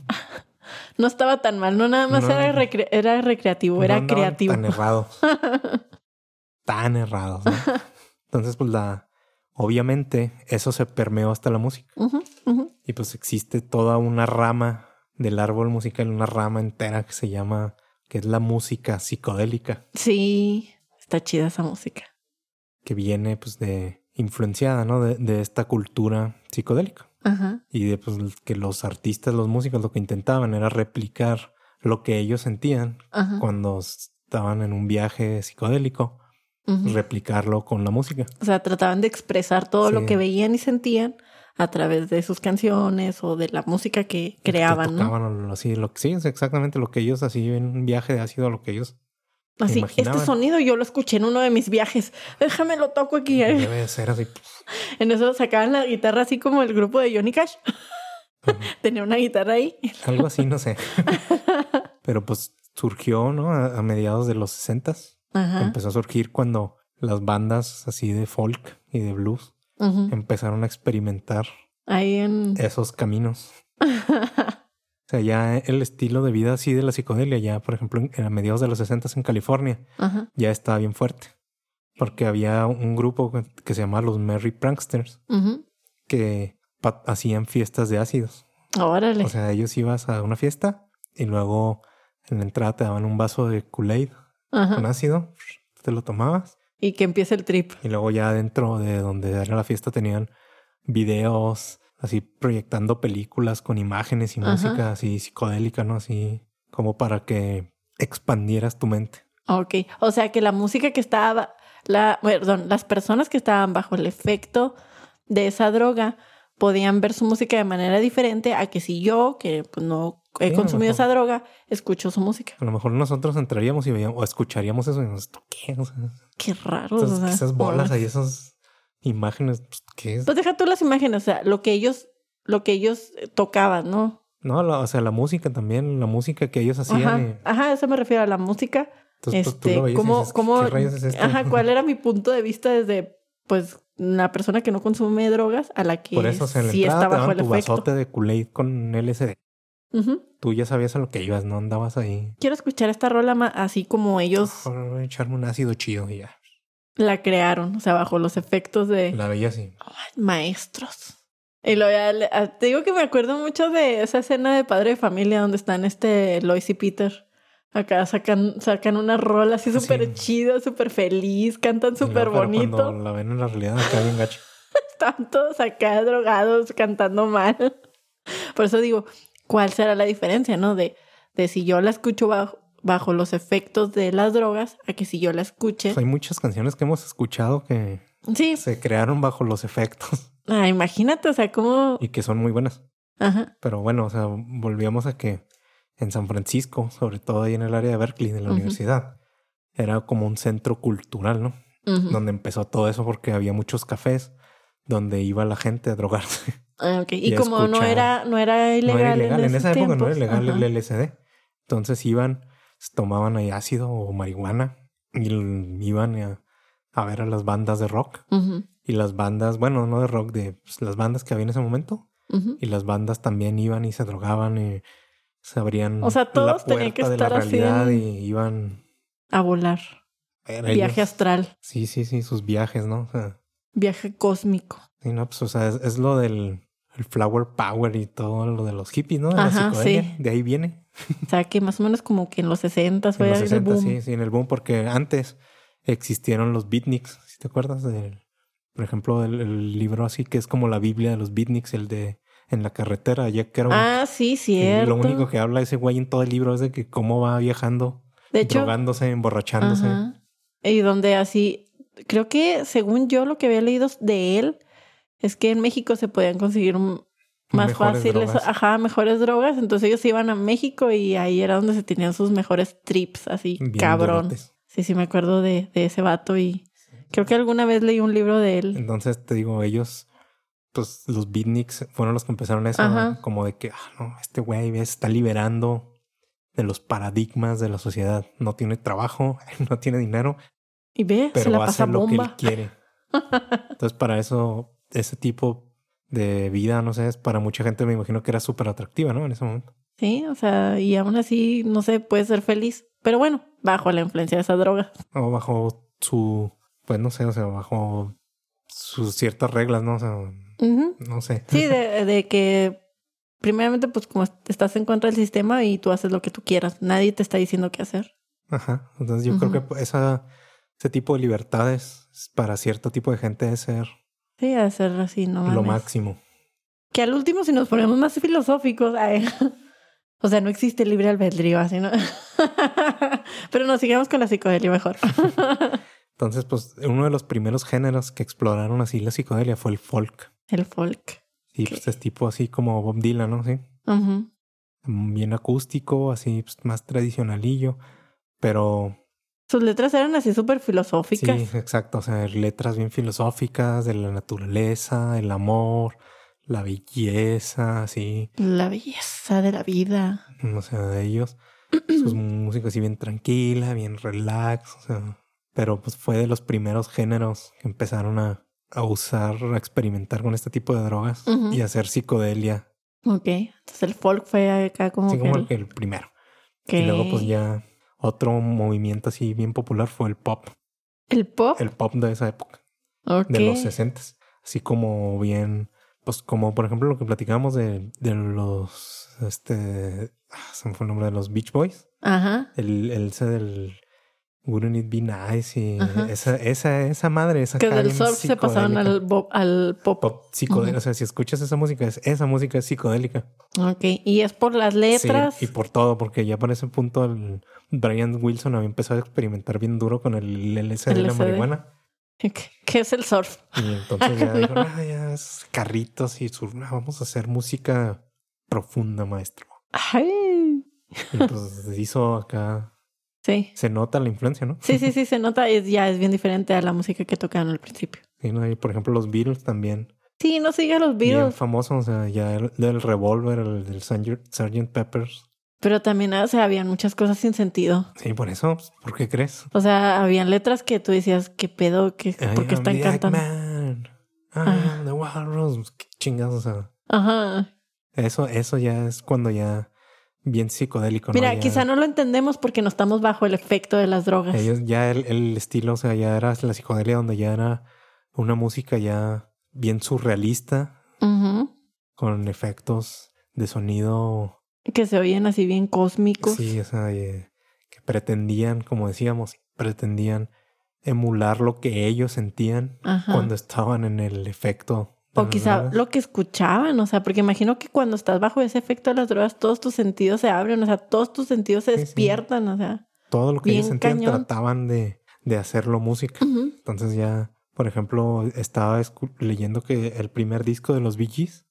No estaba tan mal, no nada más era recreativo, no era creativo. Tan errados. Tan errados, ¿no? Entonces, pues obviamente eso se permeó hasta la música. Y pues existe toda una rama del árbol musical, una rama entera que se llama, que es la música psicodélica. Sí, está chida esa música. Que viene pues influenciada, ¿no? De esta cultura psicodélica. Ajá. Y de pues que los artistas, los músicos lo que intentaban era replicar lo que ellos sentían cuando estaban en un viaje psicodélico. Replicarlo con la música. O sea, trataban de expresar todo lo que veían y sentían a través de sus canciones o de la música que creaban, ¿no? Tocaban así, sí, es exactamente lo que ellos así en un viaje de ácido, lo que ellos así, este sonido yo lo escuché en uno de mis viajes. Déjame lo toco aquí. Debe ser así. En eso sacaban la guitarra así como el grupo de Johnny Cash. Tenía una guitarra ahí. Algo así, no sé. Pero pues surgió, ¿no? A mediados de los 60s. Empezó a surgir cuando las bandas así de folk y de blues empezaron a experimentar esos caminos. O sea, ya el estilo de vida así de la psicodelia, ya por ejemplo a mediados de los 60s en California, ya estaba bien fuerte. Porque había un grupo que se llamaba los Merry Pranksters que hacían fiestas de ácidos. Órale. O sea, ellos ibas a una fiesta y luego en la entrada te daban un vaso de Kool-Aid con ácido, te lo tomabas Y que empiece el trip. Y luego ya dentro de donde era la fiesta tenían videos así proyectando películas con imágenes y música así psicodélica, ¿no? Así como para que expandieras tu mente. Ok. O sea que la música que estaba... las personas que estaban bajo el efecto de esa droga podían ver su música de manera diferente a que si yo, que pues, no he consumido esa droga, escucho su música. A lo mejor nosotros entraríamos y veíamos, o escucharíamos eso y nos... ¿Qué? O sea, qué raro. Esas bolas ahí, esas imágenes, pues, ¿qué es? Pues deja tú las imágenes, o sea, lo que ellos tocaban, ¿no? No, o sea, la música también, la música que ellos hacían. Ajá, a eso me refiero, a la música. Entonces, pues, tú lo veías y dices, ¿qué rayos es esto? Ajá, ¿cuál era mi punto de vista desde, pues, la persona que no consume drogas a la que por eso, o sea, en la sí entrada está bajo te el daban tu efecto? vasote de Kool-Aid con LSD. Tú ya sabías a lo que ibas, no andabas ahí. Quiero escuchar esta rola así como ellos echarme un ácido chido y ya. la crearon, o sea, bajo los efectos de... La veía así. Maestros. Y luego ya, te digo que me acuerdo mucho de esa escena de Padre de Familia donde están Lois y Peter. Acá sacan una rola así súper chida, súper feliz, cantan súper bonito. Cuando la ven en la realidad, acá bien gacho. Están todos acá drogados, cantando mal. Por eso digo, ¿cuál será la diferencia, no? De si yo la escucho bajo los efectos de las drogas a que si yo la escuche. Pues hay muchas canciones que hemos escuchado que se crearon bajo los efectos. Imagínate, o sea, cómo... Y que son muy buenas. Ajá. Pero bueno, o sea, volvíamos a que en San Francisco, sobre todo ahí en el área de Berkeley, de la universidad, era como un centro cultural, ¿no? Donde empezó todo eso porque había muchos cafés donde iba la gente a drogarse. Okay. Y como no era ilegal. No era ilegal. En esa época tiempos. No era ilegal el LSD. Entonces tomaban ahí ácido o marihuana y iban a ver a las bandas de rock. Y las bandas, bueno, no de rock, pues, las bandas que había en ese momento. Y las bandas también iban y se drogaban y se abrían, o sea, todos la tenían que puerta estar de la realidad así y iban a volar. Viaje astral. Sí, sus viajes, ¿no? O sea, viaje cósmico. Sí, no, pues, o sea, es lo del el flower power y todo lo de los hippies, ¿no? De Ajá, la psicodelia. sí. De ahí viene. O sea, que más o menos como que en los 60 fue en los 60, el boom. Sí, en el boom, porque antes existieron los beatniks, ¿sí te acuerdas? Por ejemplo, el libro así que es como la Biblia de los beatniks, el de En la carretera, Jack Kerouac. Sí, cierto. Lo único que habla ese güey en todo el libro es de que cómo va viajando, de hecho, drogándose, emborrachándose. Ajá. Y donde así, creo que según yo lo que había leído de él es que en México se podían conseguir más fáciles, mejores drogas. Entonces ellos iban a México y ahí era donde se tenían sus mejores trips, así bien cabrón. Durotes. Sí, me acuerdo de ese vato y creo que alguna vez leí un libro de él. Entonces te digo, ellos, pues los beatniks fueron los que empezaron eso, como de que, no, este güey está liberando de los paradigmas de la sociedad. No tiene trabajo, no tiene dinero. Y ve, pero se la pasa hace bomba. Lo que él quiere. Entonces, para eso, ese tipo de vida, no sé, es para mucha gente me imagino que era súper atractiva, ¿no? En ese momento. Sí, o sea, y aún así, no sé, puede ser feliz. Pero bueno, bajo la influencia de esa droga. O bajo pues no sé, o sea, bajo sus ciertas reglas, ¿no? O sea, no sé. Sí, de que primeramente, pues como estás en contra del sistema y tú haces lo que tú quieras. Nadie te está diciendo qué hacer. Ajá. Entonces yo creo que ese tipo de libertades para cierto tipo de gente debe ser... Sí, debe ser así, no mames. Lo máximo. Que al último, si nos ponemos más filosóficos, o sea, no existe libre albedrío, así, ¿no? Pero nos sigamos con la psicodelia mejor. Entonces, pues, uno de los primeros géneros que exploraron así la psicodelia fue el folk. El folk. Sí, pues es tipo así como Bob Dylan, ¿no? Sí. Bien acústico, así pues, más tradicionalillo, pero... Sus letras eran así súper filosóficas. Sí, exacto. O sea, letras bien filosóficas de la naturaleza, el amor, la belleza, así. La belleza de la vida. O sea, de ellos. Sus músicas así bien tranquila, bien relax. O sea, pero pues fue de los primeros géneros que empezaron a experimentar con este tipo de drogas y hacer psicodelia. Ok. Entonces el folk fue acá como que el primero. Okay. Y luego pues ya... Otro movimiento así bien popular fue el pop. ¿El pop? El pop de esa época. Okay. De los 60s. Así como bien... Pues como por ejemplo lo que platicábamos de los... se me fue el nombre de los Beach Boys. Ajá. El ese del... Wouldn't It Be Nice y esa madre, esa que del surf se pasaron al pop. Pop psicodélico. O sea, si escuchas esa música es psicodélica. Ok, y es por las letras. Sí, y por todo, porque ya para ese punto el Brian Wilson había empezado a experimentar bien duro con el LSD y la marihuana. ¿Qué es el surf? Y entonces ya dijo, ya es carritos y surf, vamos a hacer música profunda, maestro. Ay. Y pues hizo acá. Sí. Se nota la influencia, ¿no? Sí, se nota. Ya es bien diferente a la música que tocaban al principio. Sí, ¿no? Y por ejemplo los Beatles también. Sí, no sigue los Beatles. Bien famosos, o sea, ya del Revolver, el del Sgt. Peppers. Pero también, o sea, habían muchas cosas sin sentido. Sí, por eso, ¿por qué crees? O sea, habían letras que tú decías, ¿qué pedo? ¿Por qué están cantando? The Walrus. Qué chingados, o sea. Ajá. Eso ya es cuando ya bien psicodélico, ¿no? Mira, Ya, quizá no lo entendemos porque no estamos bajo el efecto de las drogas. Ellos ya el estilo, o sea, ya era la psicodelia donde ya era una música ya bien surrealista, con efectos de sonido que se oyen así bien cósmicos. Sí, o sea, que pretendían, como decíamos, emular lo que ellos sentían cuando estaban en el efecto. O quizá lo que escuchaban, o sea, porque imagino que cuando estás bajo ese efecto de las drogas, todos tus sentidos se abren, o sea, todos tus sentidos se despiertan, o sea. Todo lo que ellos sentían trataban de hacerlo música. Entonces ya, por ejemplo, estaba leyendo que el primer disco de los Bee Gees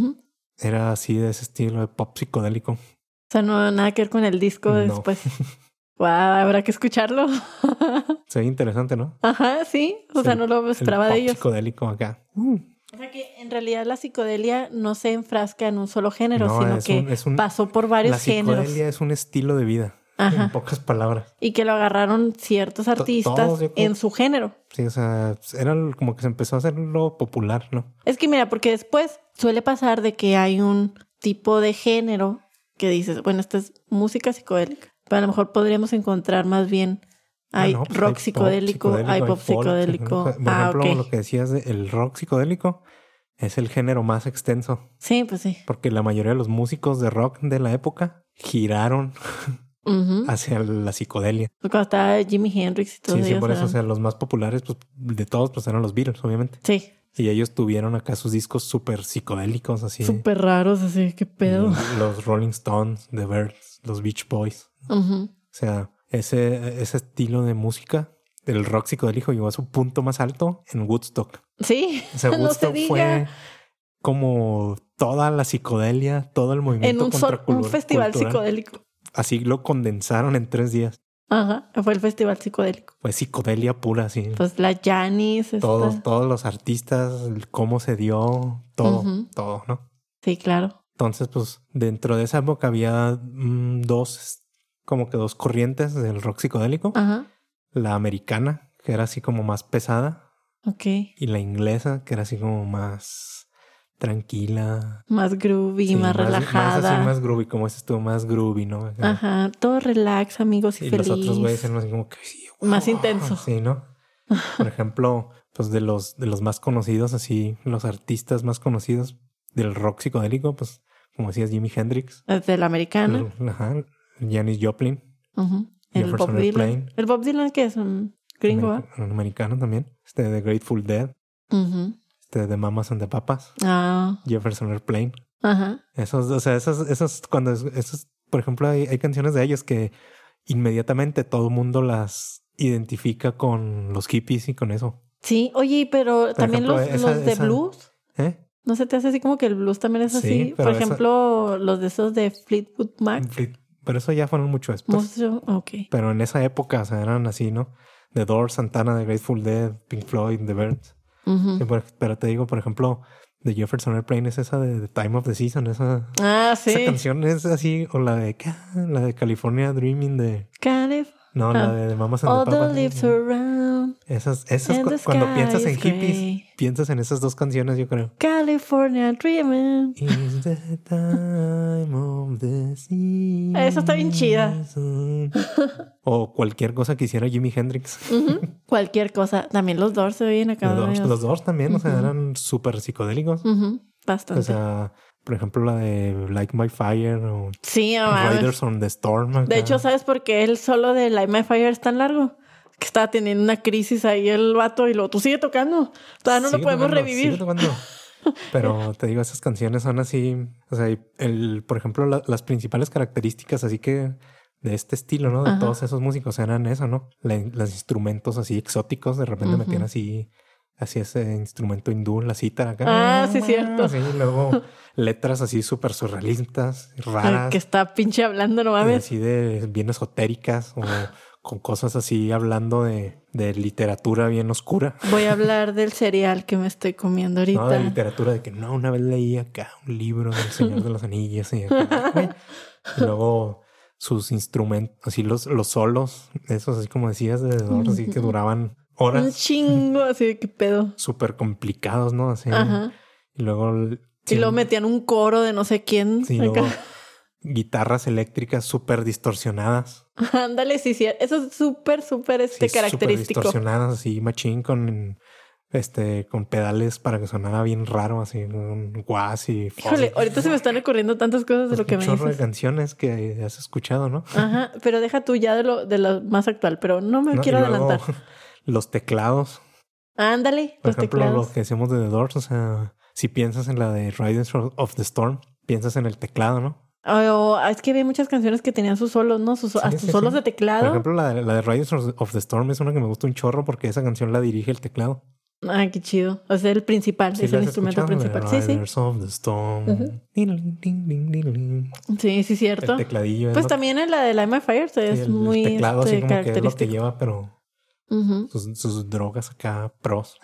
era así de ese estilo de pop psicodélico. O sea, no nada que ver con el disco después. Wow, habrá que escucharlo. Se ve interesante, ¿no? Ajá, sí. O sea, no lo esperaba de ellos. Psicodélico acá. O sea que en realidad la psicodelia no se enfrasca en un solo género, sino que pasó por varios géneros. La psicodelia es un estilo de vida. En pocas palabras. Y que lo agarraron ciertos artistas en su género. Sí, o sea, era como que se empezó a hacerlo popular, ¿no? Es que mira, porque después suele pasar de que hay un tipo de género que dices, bueno, esta es música psicodélica. Pero a lo mejor podríamos encontrar más bien hay rock psicodélico, hay pop psicodélico. Por ejemplo, lo que decías el rock psicodélico es el género más extenso. Sí, pues sí. Porque la mayoría de los músicos de rock de la época giraron hacia la psicodelia. Cuando estaba Jimi Hendrix y todo eso. Sí, por eso, o sea, los más populares pues, de todos pues eran los Beatles, obviamente. Sí. Y ellos tuvieron acá sus discos súper psicodélicos, así. Súper raros, así, qué pedo. Los Rolling Stones, The Byrds, los Beach Boys. O sea, ese estilo de música del rock psicodélico llegó a su punto más alto en Woodstock. Sí, o sea, Woodstock fue como toda la psicodelia, todo el movimiento en un festival psicodélico. Así lo condensaron en 3 días. Ajá, fue el festival psicodélico. Fue psicodelia pura, sí. Pues la Janis. Todos los artistas, cómo se dio, todo, ¿no? Sí, claro. Entonces, pues, dentro de esa época había dos corrientes del rock psicodélico. La americana, que era así como más pesada. Ok. Y la inglesa, que era así como más tranquila. Más groovy, más relajada. Más groovy, como ese estuvo más groovy, ¿no? Ajá, todo relax, amigos y feliz. Y los otros güeyes eran así como que... Más intenso. Sí, ¿no? Por ejemplo, pues de los más conocidos, así, los artistas más conocidos del rock psicodélico, pues, como decías, Jimi Hendrix. Del americano. Janis Joplin. El Bob Dylan. ¿El Bob Dylan qué es? ¿Un gringo? Un americano también. The Grateful Dead. The Mamas and the Papas. Jefferson Airplane. Esos, o sea, esos por ejemplo, hay canciones de ellos que inmediatamente todo el mundo las identifica con los hippies y con eso. Sí, oye, pero también ejemplo, los de blues. ¿No se te hace así como que el blues también es así? Sí, por ejemplo, los de esos de Fleetwood Mac. Pero eso ya fueron mucho después. Okay. Pero en esa época, o sea, eran así, ¿no? The Doors, Santana, The Grateful Dead, Pink Floyd, The Byrds. Sí, pero te digo, por ejemplo, The Jefferson Airplane es esa de The Time of the Season. Sí. Esa canción es así. O la de California Dreaming de... No, la de Mamas and the Papas. All the leaves around. Esas cuando piensas en hippies, piensas en esas 2 canciones, yo creo. California Dreaming. Is the time of the season. Esa está bien chida. O cualquier cosa que hiciera Jimi Hendrix. Cualquier cosa. También los Doors se oyen acá. Los Doors también, o sea, eran súper psicodélicos. Bastante. O sea, por ejemplo, la de Like My Fire o sí, Riders on the Storm. Acá. De hecho, ¿sabes por qué el solo de Light My Fire es tan largo? que estaba teniendo una crisis ahí el vato y luego tú sigue tocando. Todavía no lo podemos revivir. Sigue tocando. Pero te digo, esas canciones son así, o sea, por ejemplo, las principales características así que de este estilo, ¿no? De todos esos músicos eran eso, ¿no? Los instrumentos así exóticos, de repente metían así ese instrumento hindú, la cítara acá. Sí, cierto. Sí, luego letras así súper surrealistas, raras. Que está pinche hablando, no mames. Así de bien esotéricas o con cosas así hablando de literatura bien oscura. Voy a hablar del cereal que me estoy comiendo ahorita. No, de literatura de que no, una vez leí acá un libro del Señor de los Anillos y luego sus instrumentos, así los solos, esos así como decías, de Doors, así que duraban horas. Un chingo, así de qué pedo. Súper complicados, ¿no? Así. Y luego... Y luego metían un coro de no sé quién. Sí, luego guitarras eléctricas súper distorsionadas. Ándale, sí. Eso es súper característico. Súper distorsionadas, así, machín con pedales para que sonara bien raro, así, con guas y... Híjole, ahorita se me están ocurriendo tantas cosas de lo que me dices. Un chorro de canciones que has escuchado, ¿no? Ajá, pero deja tú ya de lo más actual, pero no me quiero adelantar. Los teclados. Ándale, por ejemplo, teclados. Lo que decimos de The Doors, o sea, si piensas en la de Riders of the Storm, piensas en el teclado, ¿no? Es que había muchas canciones que tenían sus solos, ¿no? Sus solos de teclado. Por ejemplo, la de Riders of the Storm es una que me gusta un chorro porque esa canción la dirige el teclado. Ah, qué chido. O sea, el principal, es el instrumento principal. Riders of the Storm. Sí, cierto. El tecladillo. Pues también en la de Light My Fire es muy el teclado así como característico. Que es lo que lleva, pero sus drogas acá pros.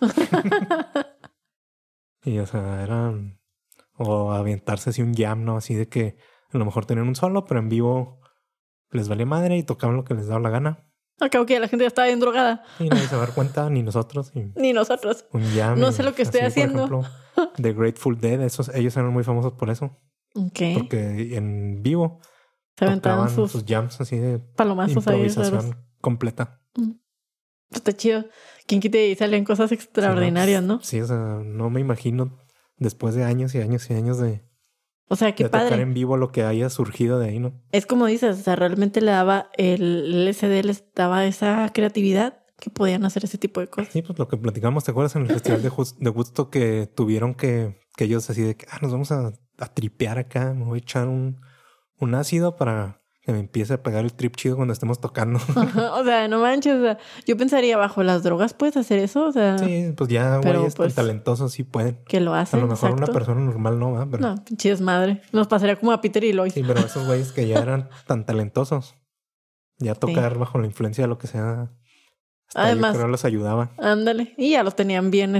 Y o sea, eran... O aventarse así un jam, ¿no? Así de que a lo mejor tenían un solo, pero en vivo les valía madre y tocaban lo que les daba la gana. Acabo que la gente ya estaba bien drogada. Y nadie se va a dar cuenta, ni nosotros. Ni nosotros. Un jam. No sé lo que estoy haciendo. Por ejemplo, The Grateful Dead, ellos eran muy famosos por eso. Okay. Porque en vivo se aventaban sus jams así de palomazos improvisación completa. Está chido. ¿Quién quite y salen cosas extraordinarias, no? Sí, o sea, no me imagino después de años y años y años de... O sea, qué padre. Tocar en vivo lo que haya surgido de ahí, ¿no? Es como dices, o sea, realmente le daba el LSD, les daba esa creatividad que podían hacer ese tipo de cosas. Sí, pues lo que platicamos, ¿te acuerdas en el festival de Woodstock que tuvieron que ellos así de que nos vamos a tripear acá, me voy a echar un ácido para que me empiece a pegar el trip chido cuando estemos tocando? O sea, no manches, o sea, yo pensaría, bajo las drogas puedes hacer eso, o sea... Sí, pues ya güeyes tan talentosos sí pueden. Que lo hacen, a lo mejor exacto. Una persona normal no va, pero... No, pinche desmadre. Nos pasaría como a Peter y Lois. Sí, pero esos güeyes que ya eran tan talentosos, ya tocar bajo la influencia de lo que sea, además, yo creo los ayudaba. Ándale, y ya los tenían bien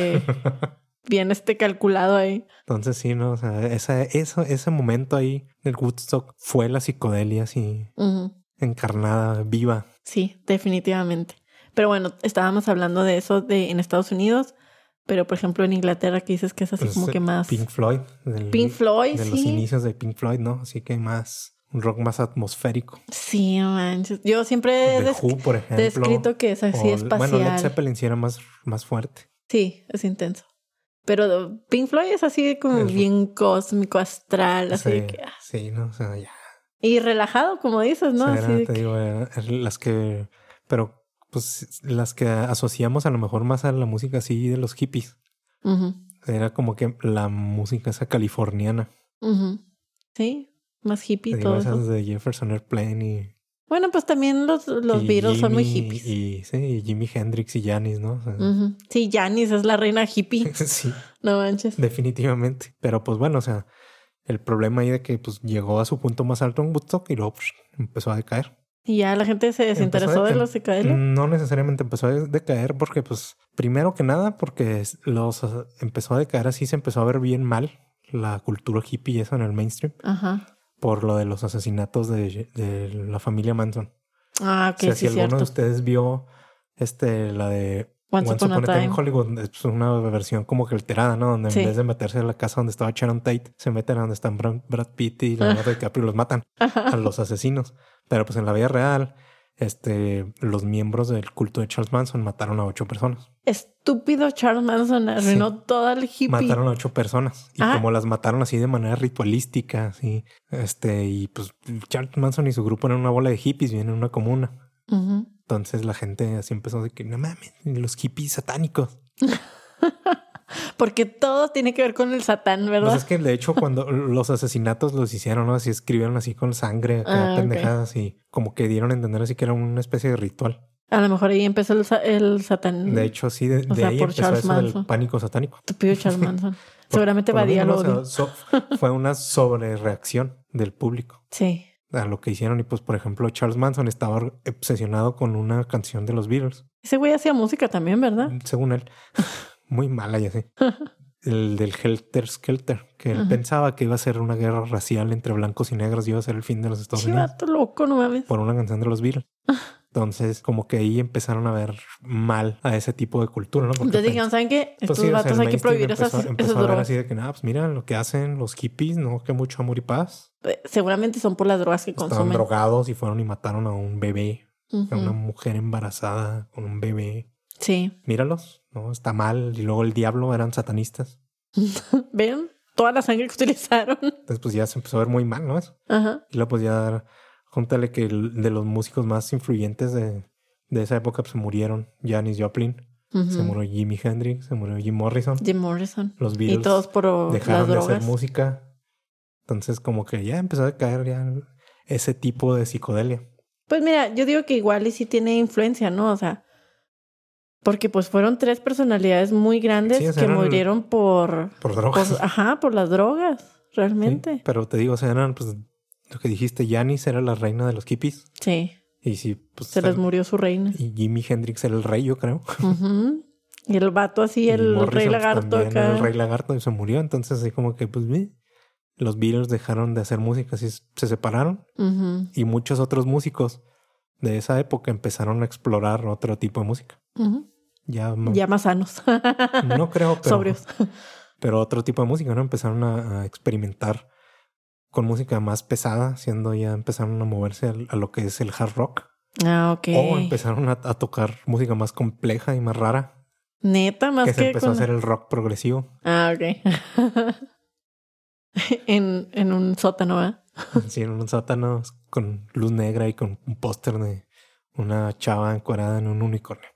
bien calculado ahí. Entonces sí, ¿no? O sea, ese momento ahí del Woodstock fue la psicodelia así encarnada, viva. Sí, definitivamente. Pero bueno, estábamos hablando de eso en Estados Unidos, pero por ejemplo en Inglaterra que dices que es así pues como que más... Pink Floyd. Pink Floyd, de los inicios de Pink Floyd, ¿no? Así que un rock más atmosférico. Sí, manches. Yo siempre The Who, por ejemplo, descrito que es así espacial. Bueno, Led Zeppelin sí era más fuerte. Sí, es intenso. Pero Pink Floyd es así como bien cósmico, astral, así sí, que... Sí, no, o sea, ya. Y relajado, como dices, ¿no? O sea, así te digo, las que... Pero, pues, las que asociamos a lo mejor más a la música así de los hippies. Era como que la música esa californiana. Sí, más hippie te todo digo, esas eso. de Jefferson Airplane y... Bueno, pues también los Beatles son muy hippies. Y Jimi Hendrix y Janis, ¿no? O sea, sí, Janis es la reina hippie. Sí. No manches. Definitivamente. Pero pues bueno, o sea, el problema ahí de que pues llegó a su punto más alto en Woodstock y luego pues, empezó a decaer. ¿Y ya la gente se desinteresó de los CKL? No necesariamente empezó a decaer porque pues primero que nada porque empezó a decaer así, se empezó a ver bien mal la cultura hippie y eso en el mainstream. Ajá. Por lo de los asesinatos de la familia Manson. Ah, ok, o sea, sí, si alguno de ustedes vio la de Once Upon a Time in Hollywood, es una versión como que alterada, ¿no? Donde en vez de meterse a la casa donde estaba Sharon Tate, se meten a donde están Brad Pitt y Leonardo DiCaprio y los matan a los asesinos. Pero pues en la vida real, los miembros del culto de Charles Manson mataron a 8 personas. Estúpido Charles Manson arruinó todo el hippie. Mataron a 8 personas. Y como las mataron así de manera ritualística, así, y pues Charles Manson y su grupo eran una bola de hippies, vienen en una comuna. Entonces la gente así empezó de que no mames, los hippies satánicos. Porque todo tiene que ver con el Satán, ¿verdad? Pues es que de hecho cuando los asesinatos los hicieron, ¿no? Así escribieron así con sangre, acá pendejadas y como que dieron a entender así que era una especie de ritual. A lo mejor ahí empezó el Satán. De hecho, sí, de ahí por empezó Charles eso Manson. del pánico satánico. Estúpido Charles Manson. Seguramente evadía el odio. Fue una sobrereacción del público. Sí. A lo que hicieron. Y pues, por ejemplo, Charles Manson estaba obsesionado con una canción de los Beatles. Ese güey hacía música también, ¿verdad? Según él. Muy mala y así. El del Helter Skelter. Que él pensaba que iba a ser una guerra racial entre blancos y negros y iba a ser el fin de los Estados Unidos. Chivato loco, no mames. Por una canción de los Beatles. Entonces, como que ahí empezaron a ver mal a ese tipo de cultura, ¿no? Porque entonces dijeron, ¿saben qué? Estos vatos hay que prohibir esas empezó a ver drogas. así de que, nada, pues mira lo que hacen los hippies, ¿no? Que mucho amor y paz. Seguramente son por las drogas que Estaban consumen. drogados y fueron y mataron a un bebé, a una mujer embarazada con un bebé. Sí. Míralos, ¿no? Está mal. Y luego el diablo eran satanistas. ¿Ven? Toda la sangre que utilizaron. Entonces, pues ya se empezó a ver muy mal, ¿no? Eso. Ajá. Y luego, pues ya, júntale que de los músicos más influyentes de esa época pues, se murieron. Janis Joplin, se murió Jimi Hendrix, se murió Jim Morrison. Los Beatles y todos por dejaron las drogas. de hacer música. Entonces como que ya empezó a caer ya ese tipo de psicodelia. Pues mira, yo digo que igual y sí tiene influencia, ¿no? O sea, porque pues fueron 3 personalidades muy grandes Sí, o sea, que murieron por drogas. por las drogas, realmente. Sí, pero te digo, o sea, eran pues lo que dijiste, Janis era la reina de los hippies. Sí. Y sí, pues se les murió su reina. Y Jimi Hendrix era el rey, yo creo. Y el vato así, el rey lagarto acá. Era el rey lagarto y se murió. Entonces así como que pues los Beatles dejaron de hacer música, así se separaron. Y muchos otros músicos de esa época empezaron a explorar otro tipo de música. Ya más sanos. No creo, pero sobrios. Pero otro tipo de música, ¿no? Empezaron a experimentar con música más pesada, empezaron a moverse a lo que es el hard rock. Ah, ok. O empezaron a tocar música más compleja y más rara. Neta, más que se empezó a hacer el rock progresivo. Ah, ok. en un sótano, ¿verdad? Sí, en un sótano con luz negra y con un póster de una chava encuerada en un unicornio.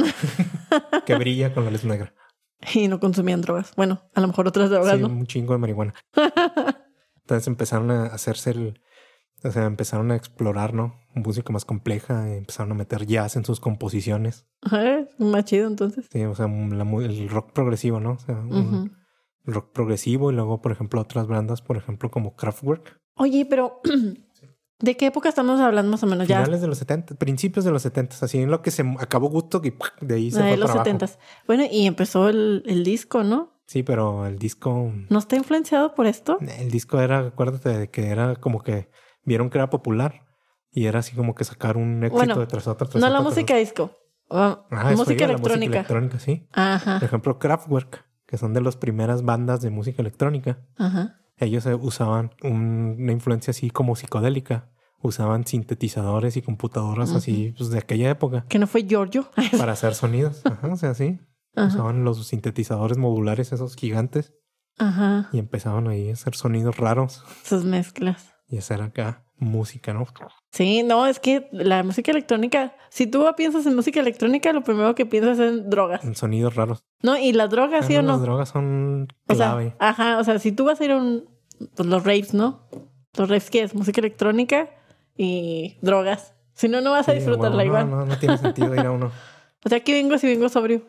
Que brilla con la luz negra. Y no consumían drogas. Bueno, a lo mejor otras drogas, sí, ¿no? Un chingo de marihuana. Entonces empezaron a hacerse empezaron a explorar, ¿no? Música más compleja. Y empezaron a meter jazz en sus composiciones. Más chido, entonces. Sí, o sea, el rock progresivo, ¿no? O sea, un rock progresivo. Y luego, por ejemplo, otras bandas, por ejemplo, como Kraftwerk. Oye, pero ¿de qué época estamos hablando más o menos? Finales de los 70, principios de los 70. Así en lo que se acabó Woodstock y de ahí se fue los para 70. abajo. Bueno, y empezó el disco, ¿no? Sí, pero el disco... ¿No está influenciado por esto? El disco era, acuérdate, de que era como que vieron que era popular y era así como que sacar un éxito tras otro. No la música disco. Música electrónica. Música electrónica, sí. Ajá. Por ejemplo, Kraftwerk, que son de las primeras bandas de música electrónica. Ajá. Ellos usaban una influencia así como psicodélica. Usaban sintetizadores y computadoras así pues, de aquella época. ¿Que no fue Giorgio? Para hacer sonidos. Ajá, o sea, sí. Usaban los sintetizadores modulares, esos gigantes. Ajá. Y empezaban ahí a hacer sonidos raros. Sus mezclas. Y hacer acá música, ¿no? Sí, no, es que la música electrónica... Si tú piensas en música electrónica, lo primero que piensas es en drogas. En sonidos raros. No, y las drogas, ¿sí o no? Las drogas son clave. O sea, si tú vas a ir a pues los raves, ¿no? Los raves, ¿qué es? Música electrónica y drogas. Si no, no vas a disfrutarla igual. No tiene sentido ir a uno. O sea, aquí vengo si vengo sobrio.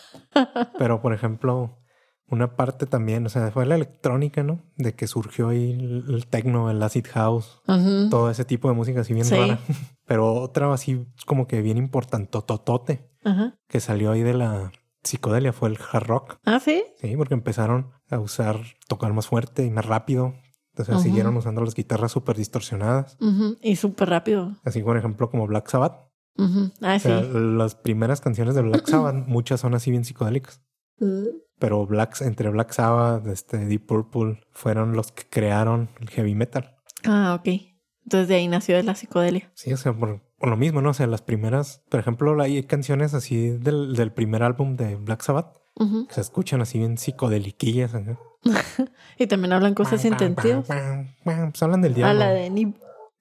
Pero, por ejemplo, una parte también, o sea, fue la electrónica, ¿no? De que surgió ahí el techno, el acid house, todo ese tipo de música así bien rara. Pero otra así como que bien importante, totote, que salió ahí de la psicodelia fue el hard rock. ¿Ah, sí? Sí, porque empezaron a tocar más fuerte y más rápido. O sea, siguieron usando las guitarras súper distorsionadas. Y súper rápido. Así, por ejemplo, como Black Sabbath. Ah, o sea, las primeras canciones de Black Sabbath, muchas son así bien psicodélicas. Pero entre Black Sabbath, Deep Purple, fueron los que crearon el heavy metal. Ah, ok. Entonces de ahí nació de la psicodelia. Sí, o sea, por lo mismo, ¿no? O sea, las primeras... Por ejemplo, hay canciones así del primer álbum de Black Sabbath que se escuchan así bien psicodeliquillas. Y también hablan cosas sin sentido. Pues hablan del diablo. La de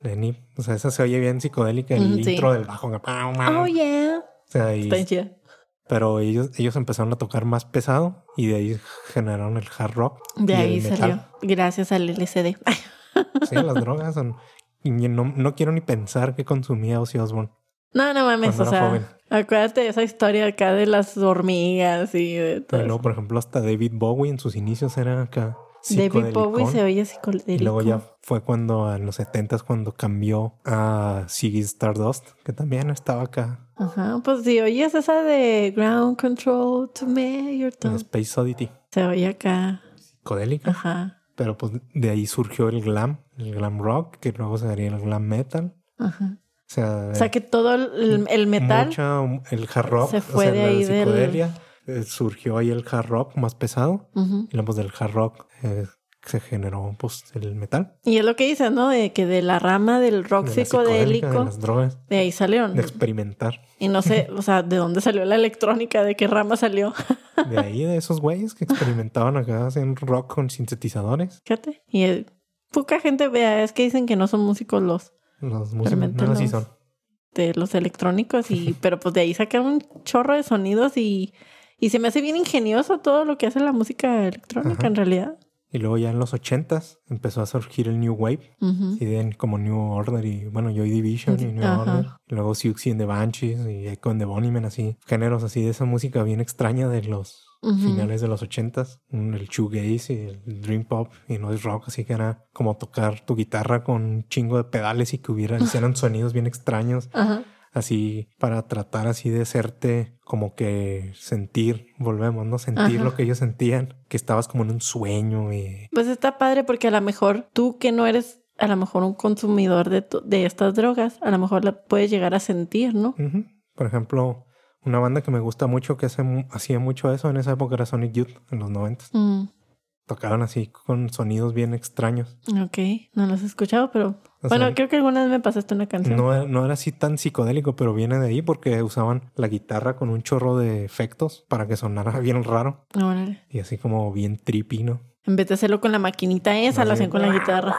Nip. O sea, esa se oye bien psicodélica. El intro del bajo. Oh, yeah. O sea, Está bien chida. Pero ellos empezaron a tocar más pesado y de ahí generaron el hard rock. De y ahí el salió. metal. Gracias al LSD. Sí, las drogas son... Y no quiero ni pensar que consumía Ozzy Osbourne. No mames, Cuando o era sea, joven. acuérdate de esa historia acá de las hormigas y de todo. Y luego, por ejemplo, hasta David Bowie en sus inicios era acá David Bowie se oye psicodélico. Y luego ya fue cuando, en los 70s, cuando cambió a Ziggy Stardust, que también estaba acá. Ajá, pues si oyes esa de Ground Control to Mayor En Tom. Space Oddity. Se oye acá. Psicodélica. Ajá. Pero pues de ahí surgió el glam rock, que luego se daría el glam metal. Ajá. O sea que todo el metal el hard rock se fue de ahí la psicodelia, surgió ahí el hard rock más pesado. Uh-huh. Y luego del hard rock se generó pues el metal. Y es lo que dicen, ¿no? De que de la rama del rock psicodélico, de las drogas, de ahí salieron. De experimentar. Y no sé, o sea, ¿de dónde salió la electrónica? ¿De qué rama salió? De ahí, de esos güeyes que experimentaban acá, hacían rock con sintetizadores. Fíjate. Y poca gente vea, es que dicen que no son músicos los músicos, no, sí son. De los electrónicos, pero pues de ahí sacaron un chorro de sonidos y se me hace bien ingenioso todo lo que hace la música electrónica. Ajá. En realidad. Y luego ya en los 80s empezó a surgir el New Wave. Uh-huh. Y de como New Order y bueno, Joy Division y New Order. Y luego Siouxsie and the Banshees y Echo and the Bunnymen, así. Géneros así de esa música bien extraña de los finales de los 80s. El shoegaze y el dream pop y noise rock. Así que era como tocar tu guitarra con un chingo de pedales y que hicieran sonidos bien extraños. Ajá. Así para tratar así de hacerte como que volvemos, ¿no? Sentir lo que ellos sentían, que estabas como en un sueño. Pues está padre porque a lo mejor tú que no eres a lo mejor un consumidor de estas drogas, a lo mejor la puedes llegar a sentir, ¿no? Uh-huh. Por ejemplo, una banda que me gusta mucho que hacía mucho eso en esa época era Sonic Youth en los 90s. Tocaban así con sonidos bien extraños. Ok, no los he escuchado, pero... creo que alguna vez me pasaste una canción. No era así tan psicodélico, pero viene de ahí porque usaban la guitarra con un chorro de efectos para que sonara bien raro. Órale. Y así como bien trippy, ¿no? En vez de hacerlo con la maquinita esa, lo hacían con la guitarra.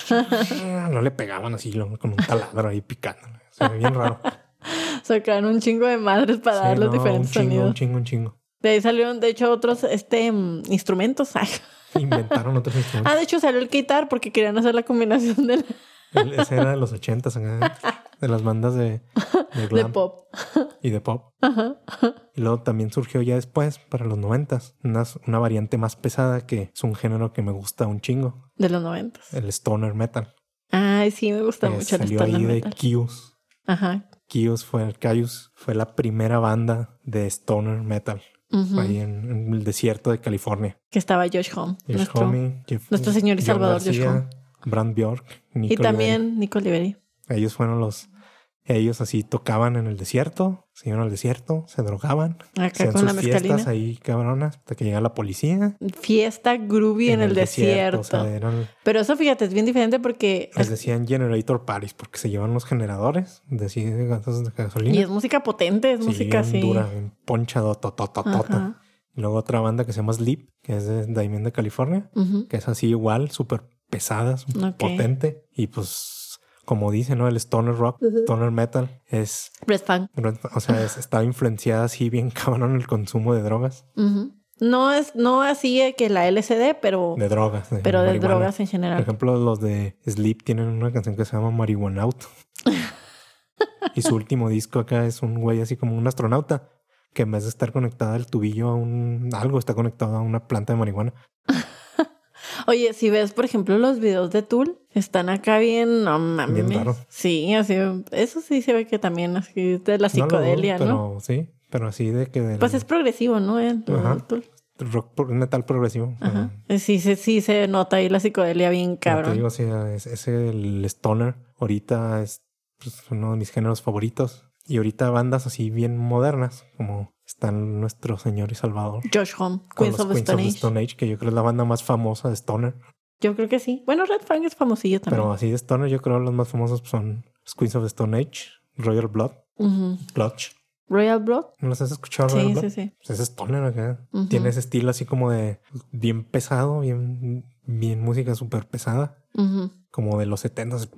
No le pegaban así con un taladro ahí picando. O sea, bien raro. Sacaban un chingo de madres para dar los diferentes sonidos. Un chingo. De ahí salieron, de hecho, otros instrumentos. Inventaron otros instrumentos. De hecho salió el guitar porque querían hacer la combinación del... Ese era de los 80s, de las bandas de glam. De pop. Y de pop. Ajá. Y luego también surgió ya después, para los 90s, una variante más pesada que es un género que me gusta un chingo. De los 90s. El stoner metal. Ay, sí, me gusta mucho el stoner metal. Salió ahí metal. de Kyuss. Ajá. Kyuss fue la primera banda de stoner metal. Uh-huh. Ahí en el desierto de California. Que estaba Josh Homme. Nuestro señor y John salvador García, Josh Homme. Brand Bjork. Y también Nico Liberi. Ellos fueron ellos así tocaban en el desierto, se iban al desierto, se drogaban. Acá con la mezcalina. Fiestas ahí cabronas hasta que llega la policía. Fiesta groovy en el desierto. O sea, pero eso, fíjate, es bien diferente porque... Les decían generator parties porque se llevan los generadores de gasolina. Y es música potente, es música así. Dura, bien ponchado, totototota. Y luego otra banda que se llama Sleep, que es de Daimiel de California, que es así igual, súper pesada, potente. Y pues, como dice, ¿no? El stoner rock, stoner metal es... Red Fang. O sea, está influenciada así bien cabrón en el consumo de drogas. No así que la LSD, pero... De drogas. Pero de drogas en general. Por ejemplo, los de Sleep tienen una canción que se llama Marihuanaut. Y su último disco acá es un güey así como un astronauta que en vez de estar conectada al tubillo a algo, está conectado a una planta de marihuana. Oye, si ves, por ejemplo, los videos de Tool, están acá bien... No mames. Bien raro. Sí, así... Eso sí se ve que también así de la psicodelia, pero, sí, pero así de que... Pues es progresivo, ¿no? Tool. Rock metal progresivo. Ajá. Sí se nota ahí la psicodelia bien cabrón. Te digo, sí, el stoner ahorita es uno de mis géneros favoritos. Y ahorita bandas así bien modernas, como están nuestro señor y salvador. Josh Homme, Queens of the Stone Age, que yo creo es la banda más famosa de stoner. Yo creo que sí. Bueno, Red Fang es famosillo también. Pero así de stoner yo creo los más famosos son los Queens of the Stone Age, Royal Blood, Clutch. ¿Royal Blood? ¿No los has escuchado? Sí, Royal Blood? Sí. Pues es stoner acá. Tiene ese estilo así como de bien pesado, bien música súper pesada. como de los 70s.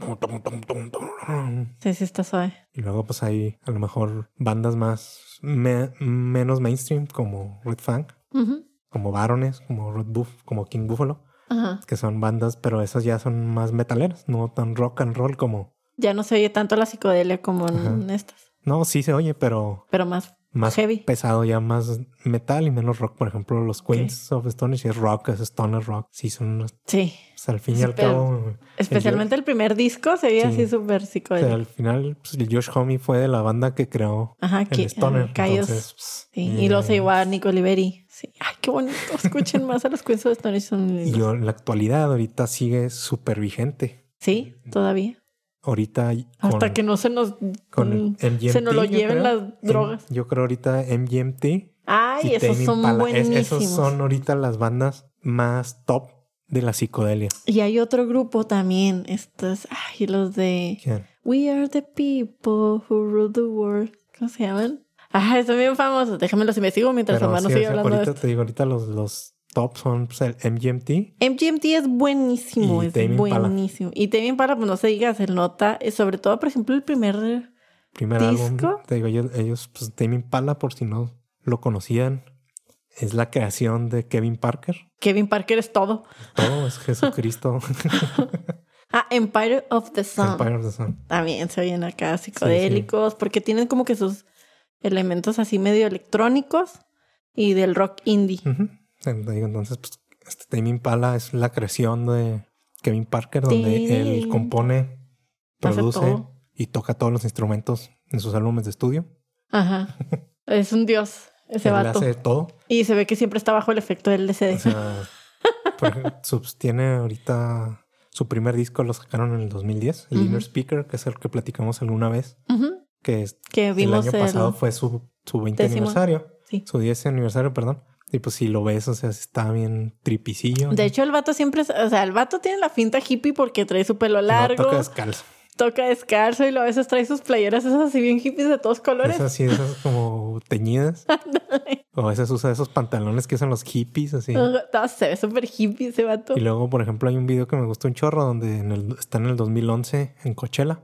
Sí, está suave. Y luego pues hay a lo mejor bandas más menos mainstream como Red Fang, como Baroness, como King Buffalo, que son bandas, pero esas ya son más metaleras, no tan rock and roll como... Ya no se oye tanto la psicodelia como en estas. No, sí se oye, pero más heavy. Pesado, ya más metal y menos rock. Por ejemplo, los Queens of the Stone Age es rock, es stoner rock. Sí, son... Sí. O sea, al fin y al cabo... Especialmente el primer disco se veía así súper psicodélico. O sea, al final, pues, el Josh Homme fue de la banda que creó el stoner. Entonces, pues, sí. Y luego se llevó a Nico Oliveri. Sí. Ay, qué bonito. Escuchen más a los Queens of the Stone Age. Son lindos. Y en la actualidad, ahorita sigue súper vigente. Sí, todavía. Ahorita... Hasta que no se nos... Con MGMT, se nos lo lleven las drogas. Yo creo ahorita MGMT. Ay, esos son buenísimos. Esos son ahorita las bandas más top de la psicodelia. Y hay otro grupo también. Estos... Ay, los de... ¿Quién? We are the people who rule the world. ¿Cómo se llaman? Ay, son bien famosos. Déjame los investigo mientras Omar nos sigue hablando ahorita de esto. Te digo, ahorita los top son pues, el MGMT. MGMT es buenísimo, es buenísimo. Y Tame Impala, pues no se diga, se nota, sobre todo, por ejemplo, el primer disco. Álbum. Te digo, ellos, pues Tame Impala, por si no lo conocían, es la creación de Kevin Parker. Kevin Parker es todo. Todo es Jesucristo. Empire of the Sun. Empire of the Sun. También se oyen acá psicodélicos, porque tienen como que sus elementos así medio electrónicos y del rock indie. Entonces, pues, Tame Impala es la creación de Kevin Parker, donde él compone, produce y toca todos los instrumentos en sus álbumes de estudio. Ajá. Es un dios ese vato. Él hace todo. Y se ve que siempre está bajo el efecto del LSD. O sea, tiene ahorita su primer disco, lo sacaron en el 2010, el Inner Speaker, que es el que platicamos alguna vez. Que vimos el año pasado fue su 20 aniversario. Sí. Su 10 aniversario, perdón. Y pues si lo ves, o sea, está bien tripicillo. De hecho, el vato siempre... O sea, el vato tiene la finta hippie porque trae su pelo largo. No, toca descalzo. Y luego a veces trae sus playeras esas así bien hippies de todos colores. Esas como teñidas. O a veces usa esos pantalones que usan los hippies, así. Se ve súper hippie ese vato. Y luego, por ejemplo, hay un video que me gustó un chorro donde está en el 2011 en Coachella.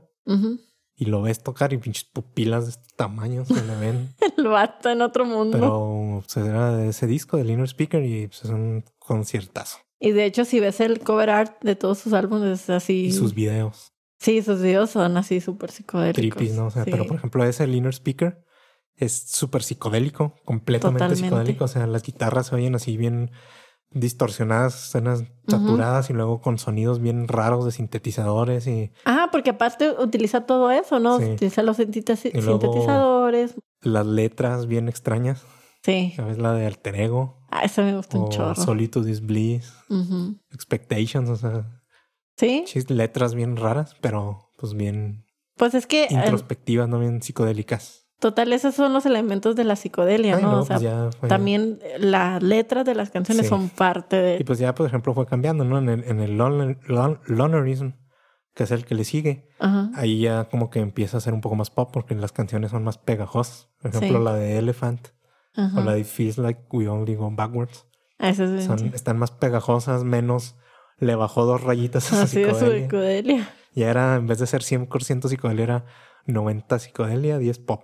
Y lo ves tocar y pinches pupilas de este tamaño se le ven. El vato en otro mundo. Pero pues, era de ese disco, del Inner Speaker, y pues, es un conciertazo. Y de hecho, si ves el cover art de todos sus álbumes, es así... Y sus videos. Sí, sus videos son así súper psicodélicos. Trippies, ¿no? O sea, pero por ejemplo, el Inner Speaker es súper psicodélico, completamente psicodélico. O sea, las guitarras se oyen así bien distorsionadas, escenas saturadas y luego con sonidos bien raros de sintetizadores y... porque aparte utiliza todo eso, ¿no? Sí. Utiliza los sintetizadores. Las letras bien extrañas. Sí. ¿Sabes? La de Alter Ego. Eso me gusta un chorro. Solitude is Bliss. Expectations, o sea... Sí. Letras bien raras, pero pues bien... Pues es que... introspectivas, no bien psicodélicas. Total, esos son los elementos de la psicodelia, ¿no? O sea, pues también las letras de las canciones son parte de... Y pues ya, por ejemplo, fue cambiando, ¿no? En el Lonerism, que es el que le sigue, ahí ya como que empieza a ser un poco más pop porque las canciones son más pegajosas. Por ejemplo, la de Elephant o la de Feels Like We Only Go Backwards. Eso es bien, están más pegajosas, menos... Le bajó 2 rayitas a así de su psicodelia. Ya era, en vez de ser 100% psicodelia, era 90 psicodelia, 10 pop.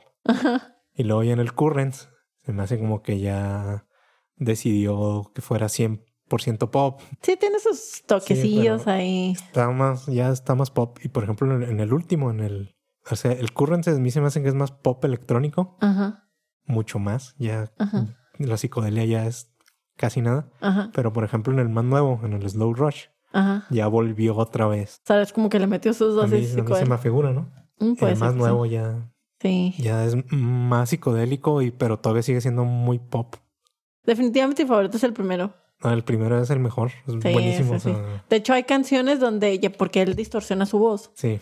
Y luego ya en el Currents se me hace como que ya decidió que fuera 100% pop. Sí, tiene sus toquecillos ahí. Ya está más pop. Y por ejemplo, en el último, o sea, el Currents a mí se me hace que es más pop electrónico. Mucho más. Ya la psicodelia ya es casi nada. Pero por ejemplo, en el más nuevo, en el Slow Rush, ya volvió otra vez. ¿Sabes? Como que le metió sus dosis psicodélicas. A mí se me figura, ¿no? El más nuevo ya... Sí. Ya es más psicodélico, pero todavía sigue siendo muy pop. Definitivamente mi favorito es el primero. El primero es el mejor. Es buenísimo. Sí. De hecho, hay canciones donde... porque él distorsiona su voz. Sí.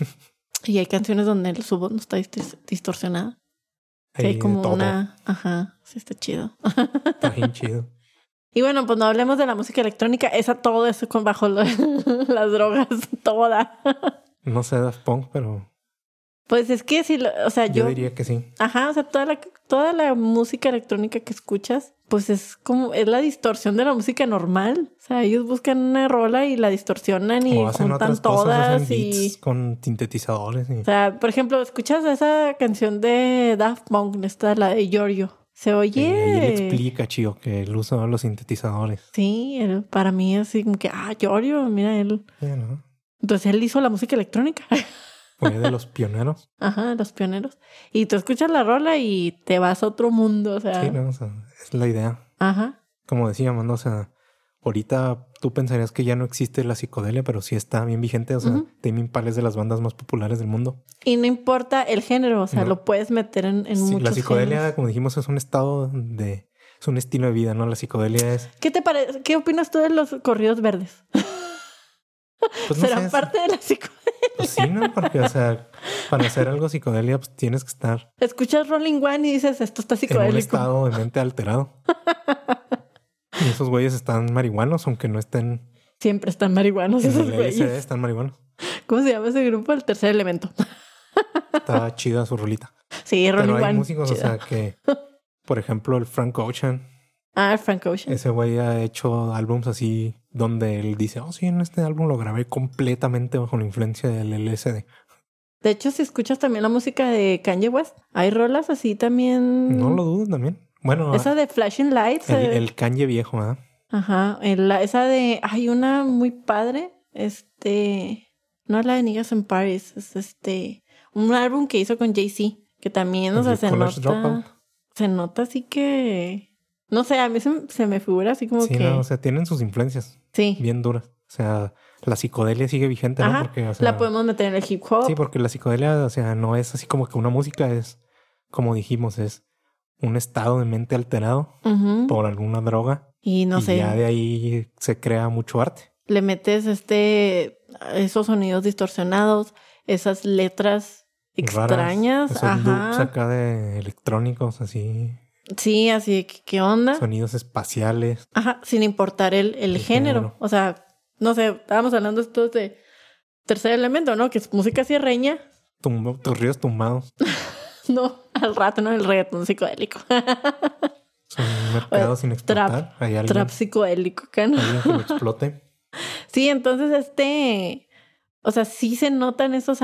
Y hay canciones donde su voz no está distorsionada. Hay como todo. Sí, está chido. Está bien chido. Y bueno, pues no hablemos de la música electrónica. Todo eso bajo las drogas. Toda. No sé Daft Punk, pero... Pues es que sí, o sea, Yo diría que sí. Ajá, o sea, toda la música electrónica que escuchas, pues es la distorsión de la música normal. O sea, ellos buscan una rola y la distorsionan y O hacen juntan otras cosas, todas hacen beats con sintetizadores. O sea, por ejemplo, escuchas esa canción de Daft Punk, esta, la de Giorgio. Se oye... Y él explica, Chío, que él usa los sintetizadores. Sí, para mí es así como que, Giorgio, mira él. Sí, ¿no? Entonces él hizo la música electrónica. Fue de los pioneros. Ajá, los pioneros. Y tú escuchas la rola y te vas a otro mundo, o sea... Sí, no, o sea, es la idea. Ajá. Como decíamos, ¿no? O sea, ahorita tú pensarías que ya no existe la psicodelia, pero sí está bien vigente. O sea, Tame Impala es de las bandas más populares del mundo. Y no importa el género, o sea, lo puedes meter en sí, muchos la psicodelia, géneros. como dijimos, es un estado de... Es un estilo de vida, ¿no? La psicodelia es... ¿Qué te parece? ¿Qué opinas tú de los corridos verdes? Pues no ¿Serán sé, parte de la psicodelia? Pues sí, ¿no? Porque, o sea, para hacer algo psicodelia, pues tienes que estar... Escuchas Rolling One y dices, esto está en psicodélico. un estado de mente alterado. Y esos güeyes están marihuanos, aunque no estén... Siempre están marihuanos en esos el güeyes. LSD están marihuanos. ¿Cómo se llama ese grupo? El Tercer Elemento. Está chida su rolita. Sí, Rolling Pero hay One. músicos, chida. o sea, que... Por ejemplo, el Frank Ocean. Frank Ocean. Ese güey ha hecho álbums así donde él dice, oh, sí, en este álbum lo grabé completamente bajo la influencia del LSD. De hecho, si escuchas también la música de Kanye West, hay rolas así también. No lo dudo también. Bueno, Esa de Flashing Lights. el Kanye viejo, ¿ah? Ajá. Esa de... Hay una muy padre. No es la de Niggas in Paris. Es un álbum que hizo con Jay-Z. Que también, o sea, se nota así que... No sé, a mí se me figura así como sí, que... no, o sea, tienen sus influencias. Sí. Bien duras. O sea, la psicodelia sigue vigente, Ajá, ¿no? Porque, o sea, la podemos meter en el hip hop. Sí, porque la psicodelia, o sea, no es así como que una música, es, como dijimos, es un estado de mente alterado por alguna droga. Y no sé. Ya de ahí se crea mucho arte. Le metes esos sonidos distorsionados, esas letras extrañas. Raras, esos loops acá de electrónicos, así. Sí, así que, ¿qué onda? Sonidos espaciales. Ajá, sin importar el género. O sea, no sé, estábamos hablando esto de Tercer Elemento, ¿no? Que es música sierreña. Tus ríos tumbados. No, al rato, ¿no? El reggaetón psicodélico. Son mercados sin explotar. Trap psicodélico, acá, ¿no? Alguien que lo explote. Sí, entonces o sea, sí se notan estos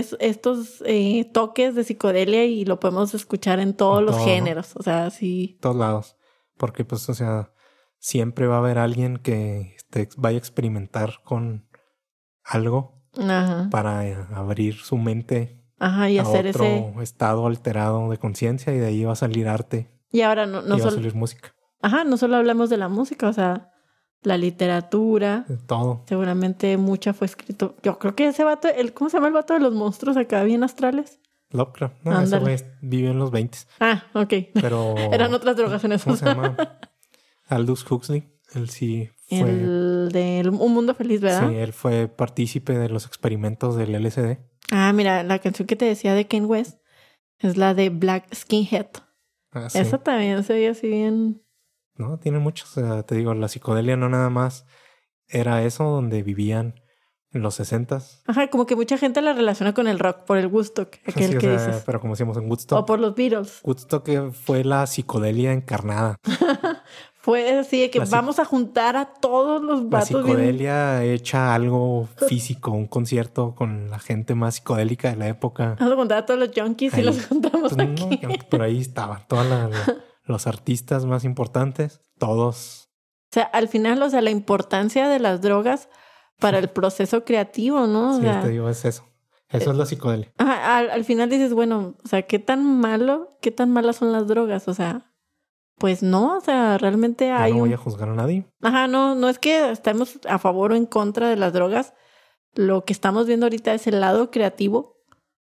toques de psicodelia y lo podemos escuchar en todos los géneros. ¿No? O sea, sí. Todos lados. Porque, pues, o sea, siempre va a haber alguien que vaya a experimentar con algo para abrir su mente y hacer otro estado alterado de conciencia, y de ahí va a salir arte. Y ahora no va a salir música. No solo hablamos de la música, o sea, la literatura. Todo. Seguramente mucha fue escrito. Yo creo que ese vato, ¿cómo se llama el vato de los monstruos acá bien astrales? Lovecraft. No, ese güey vivió en los 20. Ok. Pero... eran otras drogas en eso. ¿Cómo se llama? Aldous Huxley. Él sí fue... El de Un Mundo Feliz, ¿verdad? Sí, él fue partícipe de los experimentos del LSD. Mira, la canción que te decía de Kanye West es la de Black Skinhead. Sí. Esa también se veía así bien... No, tiene muchos. O sea, te digo, la psicodelia no nada más era eso donde vivían en los 60s. Como que mucha gente la relaciona con el rock, por el Woodstock, aquel que dices. Pero como decíamos en Woodstock. O por los Beatles. Woodstock fue la psicodelia encarnada. Fue así de que vamos a juntar a todos los vatos. La psicodelia hecha algo físico, un concierto con la gente más psicodélica de la época. Vamos a juntar a todos los junkies y los juntamos aquí. No, por ahí estaban todos los artistas más importantes, todos. O sea, al final, o sea, la importancia de las drogas para el proceso creativo, ¿no? Sí, te digo, es eso. Eso es la psicodelia. Al final dices, bueno, o sea, qué tan malas son las drogas? O sea, pues no, o sea, realmente hay... Yo no voy a juzgar a nadie. No es que estemos a favor o en contra de las drogas. Lo que estamos viendo ahorita es el lado creativo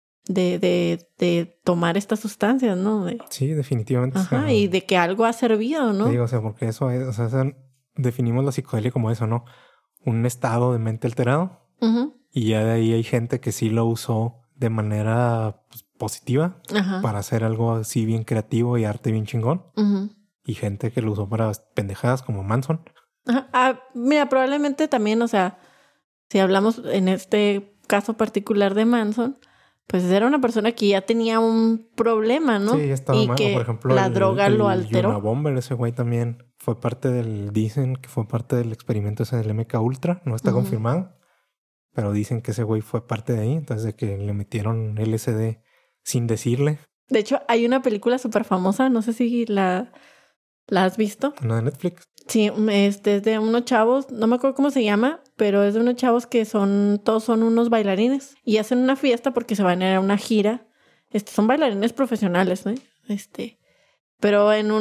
de tomar estas sustancias, ¿no? Sí, definitivamente. Y de que algo ha servido, ¿no? Te digo, o sea, porque eso es, o sea, definimos la psicodelia como eso, ¿no? Un estado de mente alterado. Y ya de ahí hay gente que sí lo usó de manera positiva para hacer algo así bien creativo y arte bien chingón. Y gente que lo usó para pendejadas como Manson. Mira, probablemente también, o sea, si hablamos en este caso particular de Manson, pues era una persona que ya tenía un problema, ¿no? Sí, estaba y mal. que Por ejemplo, la droga lo alteró. Unabomber, ese güey también fue parte dicen que fue parte del experimento ese del MK Ultra. No está confirmado, pero dicen que ese güey fue parte de ahí. Entonces, de que le metieron LSD sin decirle. De hecho, hay una película súper famosa, no sé si la has visto. ¿Una de Netflix? Sí, es de unos chavos, no me acuerdo cómo se llama, pero es de unos chavos que todos son unos bailarines y hacen una fiesta porque se van a ir a una gira. Son bailarines profesionales, ¿no? Pero en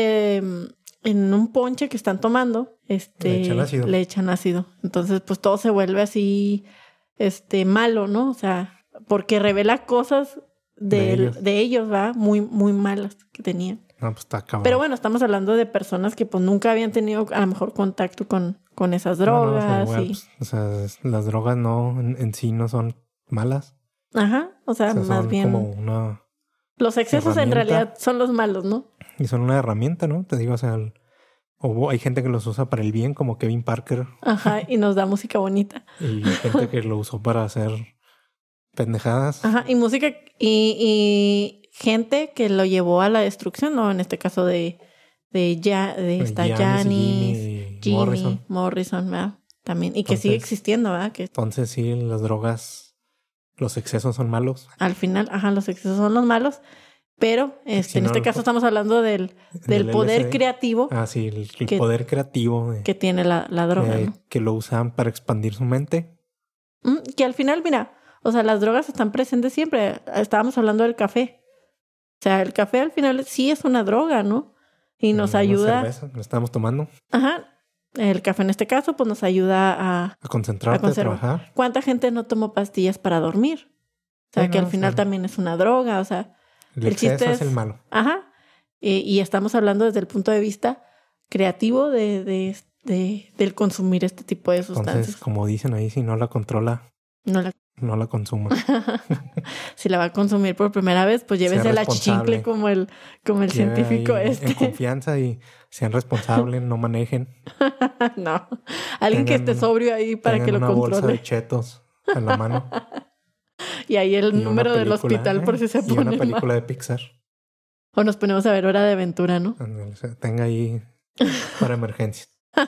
un ponche que están tomando, le echan ácido. Entonces, pues todo se vuelve así, malo, ¿no? O sea, porque revela cosas de ellos, ¿va? Muy, muy malas que tenían. No, pues está cabrón. Pero bueno, estamos hablando de personas que pues nunca habían tenido a lo mejor contacto con esas drogas. O sea, las drogas en sí no son malas. Ajá, o sea más son bien como una los excesos en realidad son los malos, ¿no? Y son una herramienta, ¿no? Te digo, o sea, hay gente que los usa para el bien, como Kevin Parker. Ajá, y nos da música bonita. Y gente que lo usó para hacer pendejadas. Ajá, y música y gente que lo llevó a la destrucción, ¿no? En este caso de Janis, Jimmy, Morrison, ¿verdad? También. Y que sigue existiendo, ¿verdad? Entonces sí, las drogas, los excesos son malos. Al final, los excesos son los malos. Pero en este caso estamos hablando del poder creativo. Ah, sí, el poder creativo. Que tiene la droga, ¿no? Que lo usan para expandir su mente. Que al final, mira, o sea, las drogas están presentes siempre. Estábamos hablando del café. O sea, el café al final sí es una droga, ¿no? Y nos ayuda... cerveza, lo estamos tomando. Ajá. El café en este caso, pues nos ayuda a concentrarte, a trabajar. ¿Cuánta gente no tomó pastillas para dormir? O sea, que al final también es una droga, o sea... El chiste es el malo. Ajá. Y estamos hablando desde el punto de vista creativo del consumir este tipo de sustancias. Entonces, como dicen ahí, si no la controla... No la consuma. Si la va a consumir por primera vez, pues llévese la chichincle como el científico En confianza y sean responsables, no manejen. No. Alguien que esté sobrio ahí para que lo controle. Una bolsa de chetos en la mano. Y ahí el número del hospital por si se pone y una película de Pixar. O nos ponemos a ver Hora de Aventura, ¿no? O sea, tenga ahí para emergencias.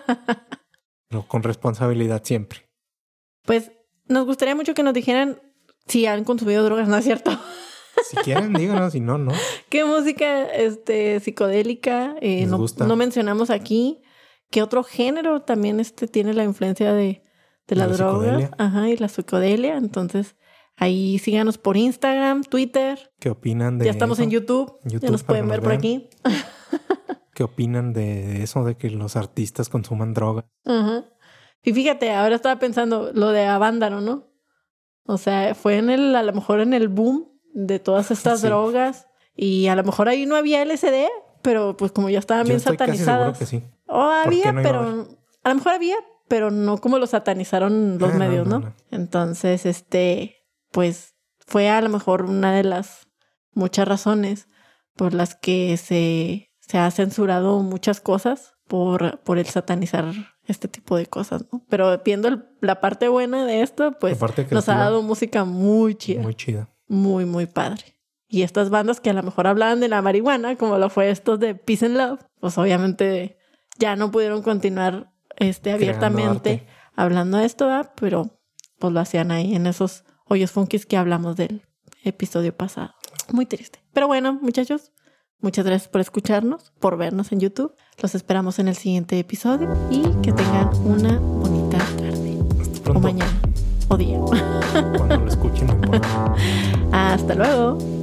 Pero con responsabilidad siempre. Pues... nos gustaría mucho que nos dijeran si han consumido drogas, ¿no es cierto? Si quieren, díganos, si no, no. ¿Qué música psicodélica no mencionamos aquí? ¿Qué otro género también tiene la influencia de la droga? Ajá, y la psicodelia. Entonces, ahí síganos por Instagram, Twitter. ¿Qué opinan de Ya estamos en YouTube. Ya nos pueden ver por aquí. ¿Qué opinan de eso, de que los artistas consuman droga? Ajá. Y fíjate, ahora estaba pensando lo de Avándaro, ¿no? O sea, fue a lo mejor en el boom de todas estas drogas. Y a lo mejor ahí no había LSD, pero pues como ya estaban bien satanizadas. Casi seguro que sí. O había, pero... a lo mejor había, pero no como lo satanizaron los medios, ¿no? Entonces, pues fue a lo mejor una de las muchas razones por las que se ha censurado muchas cosas por el satanizar este tipo de cosas, ¿no? Pero viendo la parte buena de esto, pues nos ha dado música muy chida. Muy chida. Muy, muy padre. Y estas bandas que a lo mejor hablaban de la marihuana, como lo fue estos de Peace and Love, pues obviamente ya no pudieron continuar abiertamente hablando de esto, ¿verdad? Pero pues lo hacían ahí en esos hoyos funkis que hablamos del episodio pasado. Muy triste. Pero bueno, muchachos, muchas gracias por escucharnos, por vernos en YouTube. Los esperamos en el siguiente episodio y que tengan una bonita tarde. O mañana. O día. Cuando lo escuchen, no importa. Hasta luego.